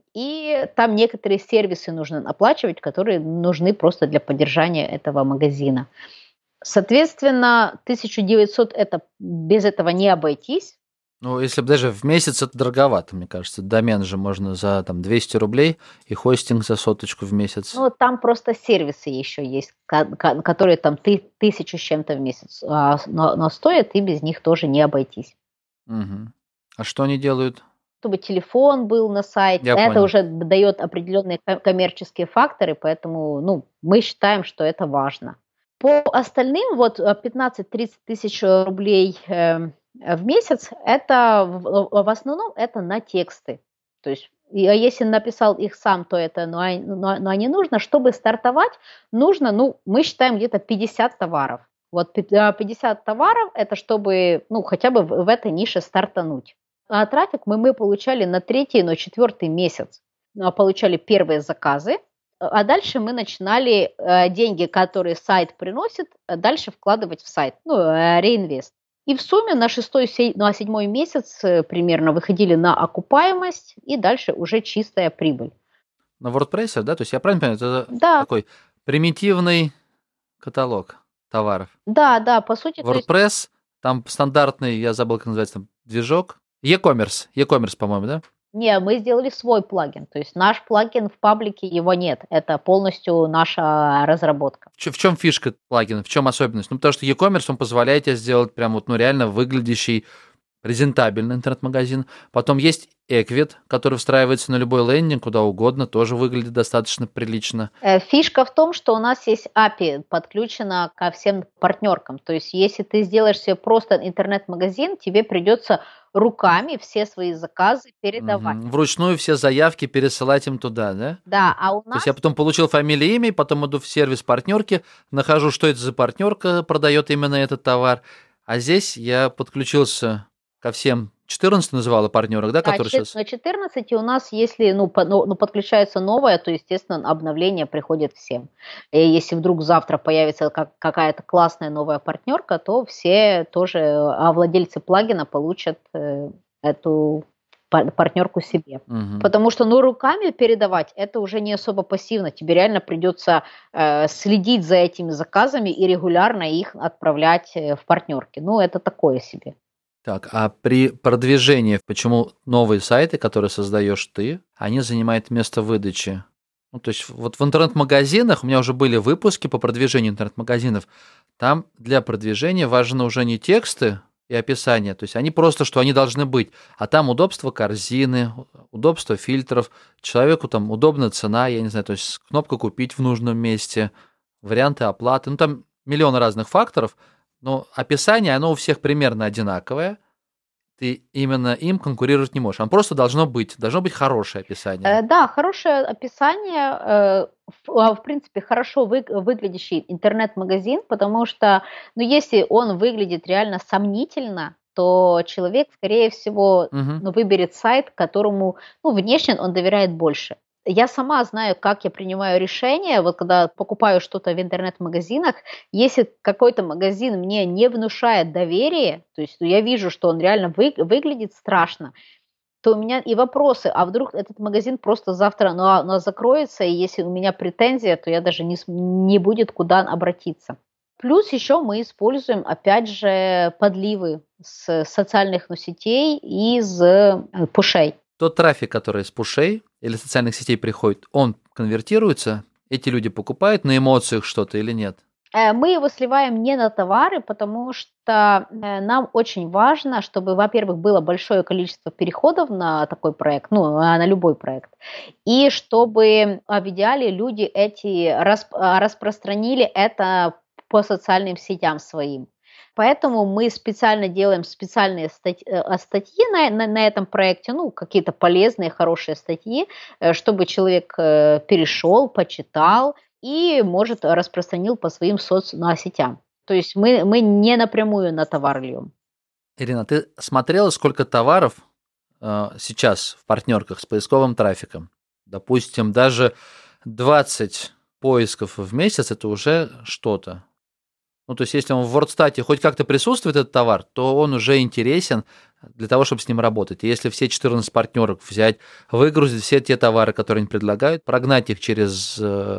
и там некоторые сервисы нужно оплачивать, которые нужны просто для поддержания этого магазина. Соответственно, тысяча девятьсот это без этого не обойтись. Ну, если бы даже в месяц, это дороговато, мне кажется. Домен же можно за там, двести рублей и хостинг за соточку в месяц. Ну, там просто сервисы еще есть, которые там ты, тысячу с чем-то в месяц, но, но стоят, и без них тоже не обойтись. Угу. А что они делают? Чтобы телефон был на сайте, Я это понял. уже дает определенные коммерческие факторы, поэтому ну, мы считаем, что это важно. По остальным, вот пятнадцать-тридцать тысяч рублей э, в месяц, это в, в основном это на тексты. То есть если написал их сам, то это но, но, но не нужно. Чтобы стартовать, нужно, ну, мы считаем где-то пятьдесят товаров. Вот пятьдесят товаров, это чтобы, ну, хотя бы в, в этой нише стартануть. А трафик мы, мы получали на третий, на четвертый месяц. Получали первые заказы. А дальше мы начинали э, деньги, которые сайт приносит, дальше вкладывать в сайт, ну, э, реинвест. И в сумме на шестой, на седьмой месяц э, примерно выходили на окупаемость, и дальше уже чистая прибыль. На WordPress, да? То есть я правильно понимаю, это да. такой примитивный каталог товаров. Да, да, по сути. WordPress, есть... там стандартный, я забыл, как называется, там, движок. E-commerce, e-commerce, по-моему, да? Не, мы сделали свой плагин, то есть наш плагин в паблике, его нет, это полностью наша разработка. В чем фишка плагина, в чем особенность? Ну, потому что e-commerce, он позволяет тебе сделать прям вот, ну, реально выглядящий презентабельный интернет-магазин. Потом есть Эквит, который встраивается на любой лендинг, куда угодно, тоже выглядит достаточно прилично. Э, Фишка в том, что у нас есть эй пи ай, подключена ко всем партнеркам. То есть, если ты сделаешь себе просто интернет-магазин, тебе придется руками все свои заказы передавать. Мгм. Вручную все заявки пересылать им туда, да? Да, а у То нас... есть я потом получил фамилию, имя, потом иду в сервис партнерки, нахожу, что это за партнерка продает именно этот товар. А здесь я подключился ко всем, четырнадцать называла партнерок, да, Да, которые чет- сейчас... на четырнадцати у нас, если ну, по- ну, ну, подключается новое, то, естественно, обновление приходит всем. И если вдруг завтра появится как- какая-то классная новая партнерка, то все тоже, а владельцы плагина получат э, эту пар- партнерку себе. Мгм. Потому что, ну, руками передавать, это уже не особо пассивно. Тебе реально придется э, следить за этими заказами и регулярно их отправлять э, в партнерки. Ну, это такое себе. Так, а при продвижении, почему новые сайты, которые создаешь ты, они занимают место выдачи? Ну, то есть вот в интернет-магазинах, у меня уже были выпуски по продвижению интернет-магазинов, там для продвижения важны уже не тексты и описание, то есть они просто, что они должны быть, а там удобство корзины, удобство фильтров, человеку там удобная цена, я не знаю, то есть кнопка «Купить» в нужном месте, варианты оплаты, ну там миллион разных факторов, но описание, оно у всех примерно одинаковое, ты именно им конкурировать не можешь. Оно просто должно быть, должно быть хорошее описание. Э, Да, хорошее описание, э, в а, в принципе, хорошо вы- выглядящий интернет-магазин, потому что, ну, если он выглядит реально сомнительно, то человек, скорее всего, Мгм. ну, выберет сайт, которому, ну, внешне он доверяет больше. Я сама знаю, как я принимаю решения, вот когда покупаю что-то в интернет-магазинах, если какой-то магазин мне не внушает доверие, то есть ну, я вижу, что он реально вы- выглядит страшно, то у меня и вопросы, а вдруг этот магазин просто завтра ну, а, ну, а закроется, и если у меня претензия, то я даже не, см- не будет куда обратиться. Плюс еще мы используем, опять же, подливы с социальных ну, сетей и из э, пушей. Тот трафик, который из пушей или социальных сетей приходит, он конвертируется, эти люди покупают на эмоциях что-то или нет? Э, Мы его сливаем не на товары, потому что э, нам очень важно, чтобы, во-первых, было большое количество переходов на такой проект, ну, а, на любой проект, и чтобы а, в идеале люди эти расп- а, распространили это по социальным сетям своим. Поэтому мы специально делаем специальные стать- э, а, статьи на, на- на этом проекте, ну, какие-то полезные, хорошие статьи, э, чтобы человек э, перешел, почитал, и, может, распространил по своим соцсетям. То есть мы, мы не напрямую на товар льем. Ирина, ты смотрела, сколько товаров э, сейчас в партнерках с поисковым трафиком? Допустим, даже двадцать поисков в месяц – это уже что-то. Ну, то есть, если он в WordStat хоть как-то присутствует, этот товар, то он уже интересен для того, чтобы с ним работать. И если все четырнадцать партнерок взять, выгрузить все те товары, которые они предлагают, прогнать их через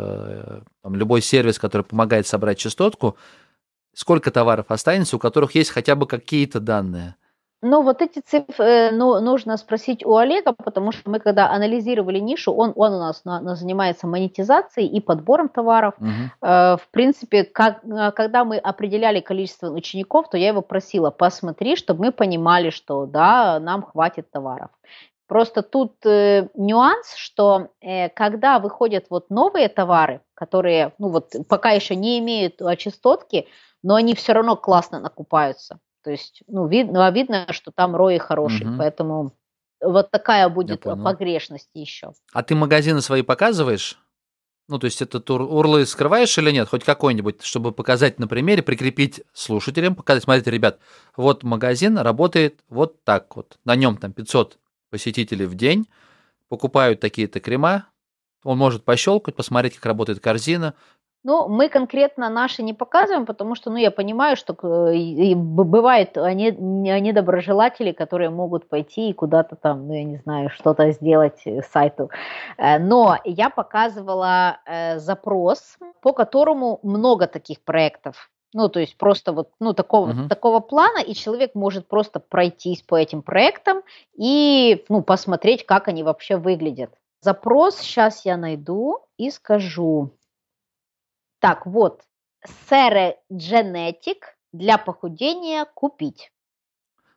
э, там, любой сервис, который помогает собрать частотку, сколько товаров останется, у которых есть хотя бы какие-то данные? Но вот эти цифры ну, нужно спросить у Олега, потому что мы когда анализировали нишу, он, он у нас на- на- занимается монетизацией и подбором товаров. Мгм. Э, В принципе, как, э, когда мы определяли количество учеников, то я его просила, посмотри, чтобы мы понимали, что да, нам хватит товаров. Просто тут э, нюанс, что э, когда выходят вот новые товары, которые ну вот пока еще не имеют а, частотки, но они все равно классно накупаются. То есть ну, вид- ну, а видно, что там рой хороший, Мгм. поэтому вот такая Я будет а, понял. погрешность еще. А ты магазины свои показываешь? Ну, то есть этот ур- урлы скрываешь или нет? Хоть какой-нибудь, чтобы показать на примере, прикрепить слушателям, показать, смотрите, ребят, вот магазин работает вот так вот. На нем там пятьсот посетителей в день, покупают такие-то крема, он может пощелкать, посмотреть, как работает корзина. Ну, мы конкретно наши не показываем, потому что, ну, я понимаю, что э, и- и б- бывают они, не- недоброжелатели, которые могут пойти и куда-то там, ну, я не знаю, что-то сделать э, сайту. Э, Но я показывала э, запрос, по которому много таких проектов. Ну, то есть просто вот ну, такого, Мгм. такого плана, и человек может просто пройтись по этим проектам и ну, посмотреть, как они вообще выглядят. Запрос сейчас я найду и скажу. Так, вот, Сере Genetic для похудения купить.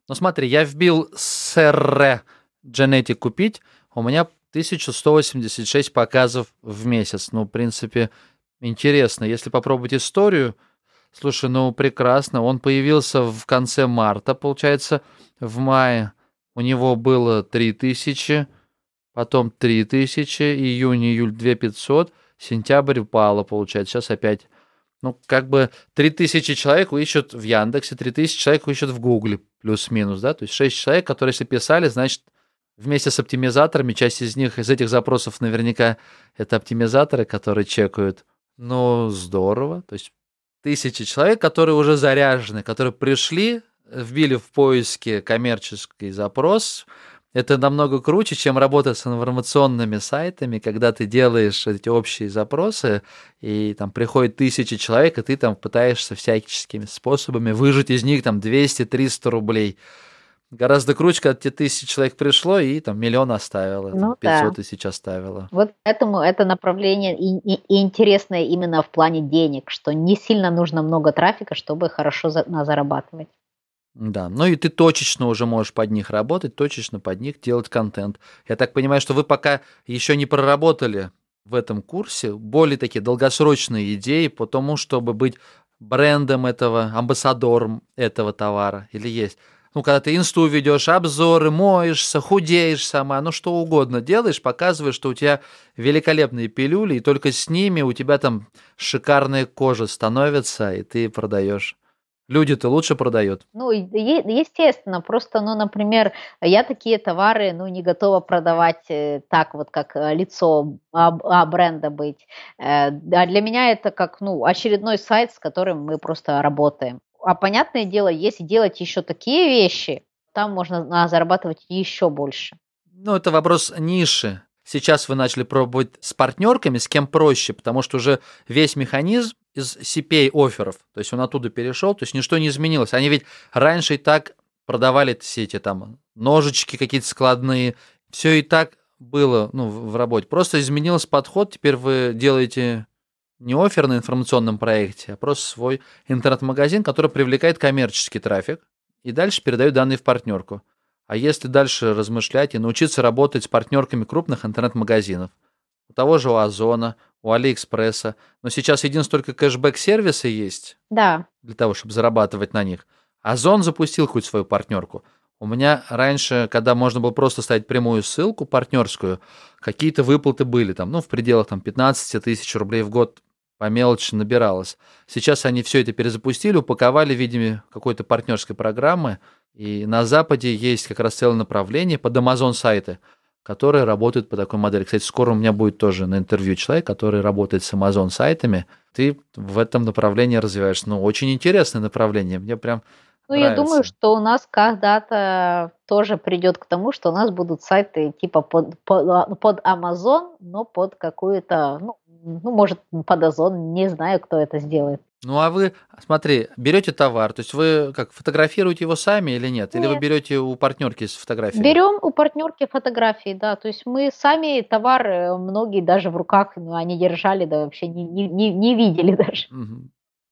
Ну смотри, я вбил Serre Genetic купить, у меня тысяча сто восемьдесят шесть показов в месяц. Ну, в принципе, интересно. Если попробовать историю, слушай, ну прекрасно. Он появился в конце марта, получается, в мае. У него было три тысячи, потом три тысячи, июнь, июль две тысячи пятьсот, сентябрь упало, получается, сейчас опять. Ну, как бы три тысячи человек ищут в Яндексе, три тысячи человек ищут в Гугле, плюс-минус, да, то есть шесть человек, которые если писали, значит, вместе с оптимизаторами, часть из них, из этих запросов наверняка это оптимизаторы, которые чекают. Ну, здорово, то есть тысячи человек, которые уже заряжены, которые пришли, вбили в поиске коммерческий запрос. Это намного круче, чем работать с информационными сайтами, когда ты делаешь эти общие запросы, и там приходит тысячи человек, и ты там пытаешься всяческими способами выжать из них там двести-триста рублей. Гораздо круче, когда тебе тысяча человек пришло, и там миллион оставило, Ну пятьсот да. тысяч оставило. Вот поэтому это направление и, и- и интересное именно в плане денег, что не сильно нужно много трафика, чтобы хорошо за- на- зарабатывать. Да, ну и ты точечно уже можешь под них работать, точечно под них делать контент. Я так понимаю, что вы пока еще не проработали в этом курсе более такие долгосрочные идеи по тому, чтобы быть брендом этого, амбассадором этого товара, или есть? Ну, когда ты инсту ведешь, обзоры, моешься, худеешь сама, ну что угодно делаешь, показываешь, что у тебя великолепные пилюли, и только с ними у тебя там шикарная кожа становится, и ты продаешь. Люди-то лучше продают. Ну, и- е- естественно, просто, ну, например, я такие товары, ну, не готова продавать э, так вот, как э, лицо а, а, бренда быть. Э, да, для меня это как, ну, очередной сайт, с которым мы просто работаем. А понятное дело, если делать еще такие вещи, там можно а, зарабатывать еще больше. Ну, это вопрос ниши. Сейчас вы начали пробовать с партнерками, с кем проще, потому что уже весь механизм из си пи эй-офферов, то есть он оттуда перешел, то есть ничто не изменилось. Они ведь раньше и так продавали все эти там ножички какие-то складные, все и так было, ну, в в работе. Просто изменился подход, теперь вы делаете не оффер на информационном проекте, а просто свой интернет-магазин, который привлекает коммерческий трафик и дальше передает данные в партнерку. А если дальше размышлять и научиться работать с партнерками крупных интернет-магазинов, у того же у Озона, у Алиэкспресса, но сейчас единственное только кэшбэк-сервисы есть Да, для того, чтобы зарабатывать на них. Озон запустил хоть свою партнерку. У меня раньше, когда можно было просто ставить прямую ссылку партнерскую, какие-то выплаты были там, ну, в пределах там пятнадцать тысяч рублей в год по мелочи набиралось. Сейчас они все это перезапустили, упаковали в виде какой-то партнерской программы, и на Западе есть как раз целое направление под Amazon сайты, которые работают по такой модели. Кстати, скоро у меня будет тоже на интервью человек, который работает с Amazon сайтами. Ты в этом направлении развиваешься. Ну, очень интересное направление. Мне прям ну, я думаю, нравится. что у нас когда-то тоже придет к тому, что у нас будут сайты типа под, под, под Amazon, но под какую-то, ну, ну, может, под Озон, не знаю, кто это сделает. Ну, а вы, смотри, берете товар, то есть вы как фотографируете его сами или нет? Или вы Нет. берете у партнерки с фотографиями? Берем у партнерки фотографии, да, то есть мы сами товар, э, многие даже в руках, ну, они держали, да вообще не, не, не, не видели даже. Мгм.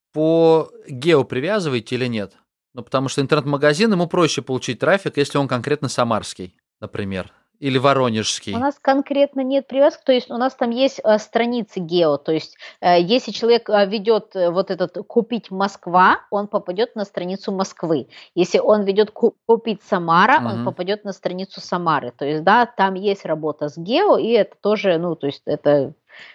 По гео привязываете или нет? Ну, потому что интернет-магазин, ему проще получить трафик, если он конкретно самарский, например, или У воронежский. нас конкретно нет привязки, то есть у нас там есть э, страницы гео, то есть э, если человек э, ведет э, вот этот «Купить Москва», он попадет на страницу Москвы. Если он ведет ку- «Купить Самара», он Мгм. попадет на страницу Самары. То есть, да, там есть работа с гео, и это тоже, ну, то есть это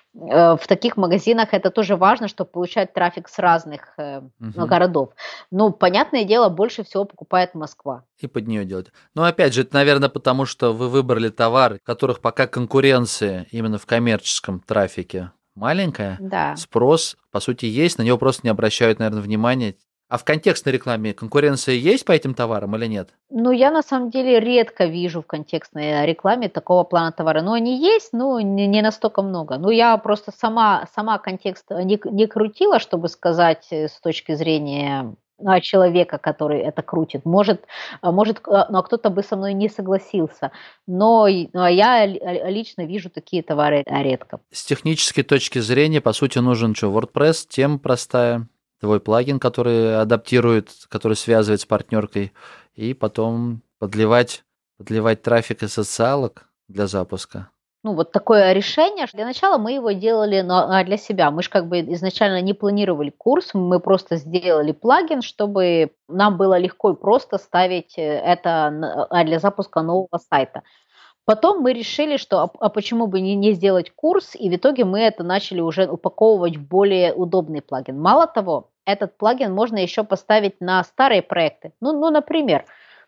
э, в таких магазинах это тоже важно, чтобы получать трафик с разных э, Мгм. городов. Ну, понятное дело, больше всего покупает Москва. И под нее делать. Но опять же, это, наверное, потому что вы выбрали товары, в которых пока конкуренция именно в коммерческом трафике маленькая. Да. Спрос, по сути, есть, на него просто не обращают, наверное, внимания. А в контекстной рекламе конкуренция есть по этим товарам или нет? Ну, я на самом деле редко вижу в контекстной рекламе такого плана товара. Но они есть, но не, не настолько много. Ну, я просто сама, сама контекст не, не крутила, чтобы сказать э, с точки зрения а, человека, который это крутит. Может, а, может, а, ну, а кто-то бы со мной не согласился. Но и- ну, а я ли- а, лично вижу такие товары а, редко. С технической точки зрения, по сути, нужен что? WordPress, тема простая, твой плагин, который адаптирует, который связывает с партнеркой, и потом подливать, подливать трафик из социалок для запуска. Ну, вот такое решение. Для начала мы его делали на- а, для себя. Мы же как бы изначально не планировали курс, мы просто сделали плагин, чтобы нам было легко и просто ставить э, это на- а, для запуска нового сайта. Потом мы решили, что а, а почему бы не, не сделать курс, и в итоге мы это начали уже упаковывать в более удобный плагин. Мало того, этот плагин можно еще поставить на старые проекты. Ну, ну, например,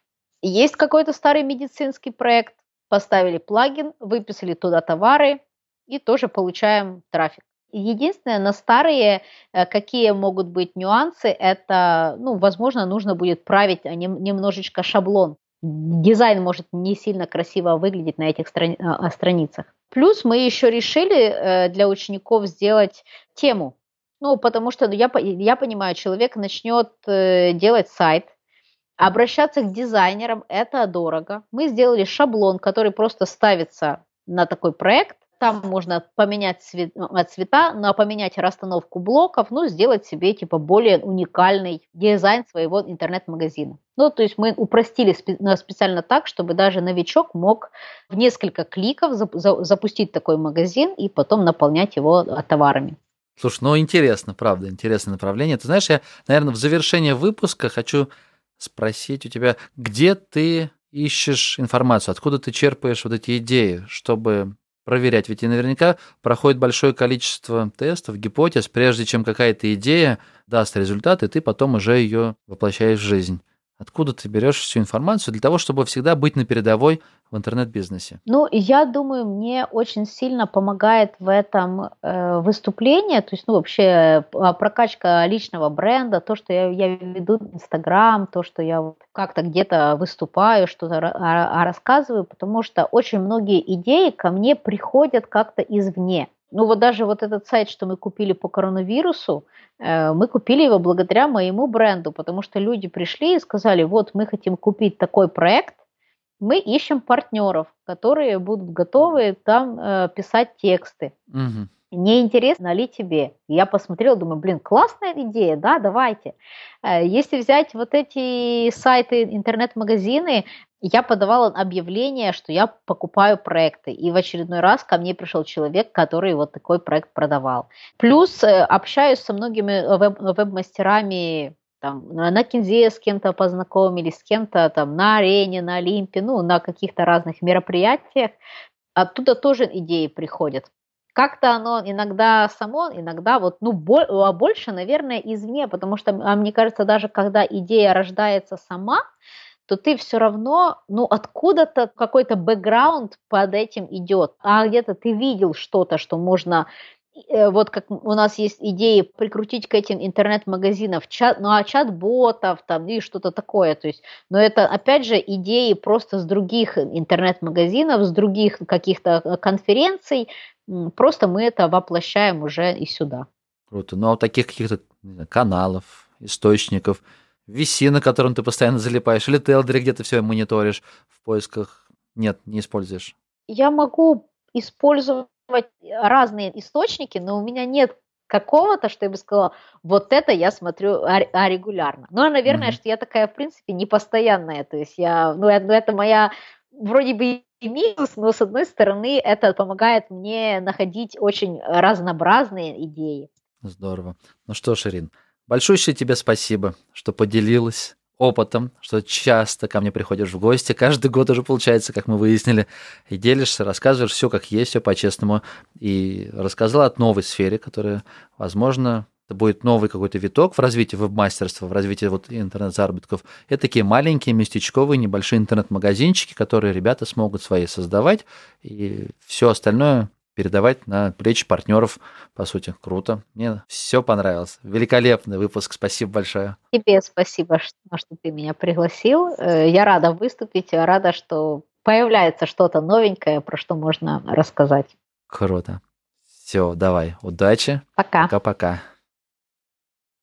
есть какой-то старый медицинский проект, поставили плагин, выписали туда товары и тоже получаем трафик. Единственное, на старые э, какие могут быть нюансы, это, ну, возможно, нужно будет править а, нем- немножечко шаблон. Дизайн может не сильно красиво выглядеть на этих страни- а, а, страницах. Плюс мы еще решили э, для учеников сделать тему. Ну, потому что я, по- я понимаю, человек начнет э, делать сайт, обращаться к дизайнерам – это дорого. Мы сделали шаблон, который просто ставится на такой проект. Там можно поменять цвет, э, цвета, но поменять расстановку блоков, ну, сделать себе типа более уникальный дизайн своего интернет-магазина. Ну, то есть мы упростили спе- ну, специально так, чтобы даже новичок мог в несколько кликов зап- за- запустить такой магазин и потом наполнять его а, товарами. Слушай, ну интересно, правда, интересное направление. Ты знаешь, я, наверное, в завершение выпуска хочу спросить у тебя, где ты ищешь информацию, откуда ты черпаешь вот эти идеи, чтобы проверять. Ведь и наверняка проходит большое количество тестов, гипотез, прежде чем какая-то идея даст результат, и ты потом уже ее воплощаешь в жизнь. Откуда ты берешь всю информацию для того, чтобы всегда быть на передовой в интернет-бизнесе? Ну, я думаю, мне очень сильно помогает в этом э, выступление, то есть, ну, вообще п- прокачка личного бренда, то, что я, я веду Инстаграм, то, что я вот как-то где-то выступаю, что-то ра- а- а рассказываю, потому что очень многие идеи ко мне приходят как-то извне. Ну, вот даже вот этот сайт, что мы купили по коронавирусу, э, мы купили его благодаря моему бренду, потому что люди пришли и сказали, вот мы хотим купить такой проект, мы ищем партнеров, которые будут готовы там э, писать тексты. Мгм. Не интересно ли тебе? Я посмотрела, думаю, блин, классная идея, да, давайте. Э, Если взять вот эти сайты, интернет-магазины, я подавала объявление, что я покупаю проекты. И в очередной раз ко мне пришел человек, который вот такой проект продавал. Плюс э, общаюсь со многими э, веб- веб-мастерами, там, на на Кинзе с кем-то познакомились, с кем-то там на арене, на Олимпе, ну, на каких-то разных мероприятиях. Оттуда тоже идеи приходят. Как-то оно иногда само, иногда вот, ну, бо- а больше, наверное, извне, потому что, а, мне кажется, даже когда идея рождается сама, то ты все равно, ну, откуда-то какой-то бэкграунд под этим идет. А где-то ты видел что-то, что можно, э, вот как у нас есть идеи прикрутить к этим интернет-магазинам чат, ну, а чат-ботов там и что-то такое. То есть, но это, опять же, идеи просто с других интернет-магазинов, с других каких-то э, конференций. М, Просто мы это воплощаем уже и сюда. Круто. Ну, а вот таких каких-то не знаю, каналов, источников, ви си, на котором ты постоянно залипаешь, или Телдере, где ты все мониторишь в поисках, нет, не используешь. Я могу использовать разные источники, но у меня нет какого-то, что я бы сказала, вот это я смотрю а- а регулярно. Ну, наверное, Мгм. что я такая, в принципе, непостоянная. То есть я, ну, это, ну, это моя вроде бы и минус, но с одной стороны это помогает мне находить очень разнообразные идеи. Здорово. Ну что ж, Ирин, большое тебе спасибо, что поделилась опытом, что часто ко мне приходишь в гости. Каждый год уже получается, как мы выяснили, и делишься, рассказываешь все как есть, все по-честному. И рассказала о новой сфере, которая, возможно, это будет новый какой-то виток в развитии веб-мастерства, в развитии вот интернет-заработков. Это такие маленькие местечковые небольшие интернет-магазинчики, которые ребята смогут свои создавать, и все остальное передавать на плечи партнеров, по сути. Круто. Мне все понравилось. Великолепный выпуск. Спасибо большое. Тебе спасибо, что, что ты меня пригласил. Э, Я рада выступить, рада, что появляется что-то новенькое, про что можно рассказать. Круто. Все, давай. Удачи. Пока. Пока-пока.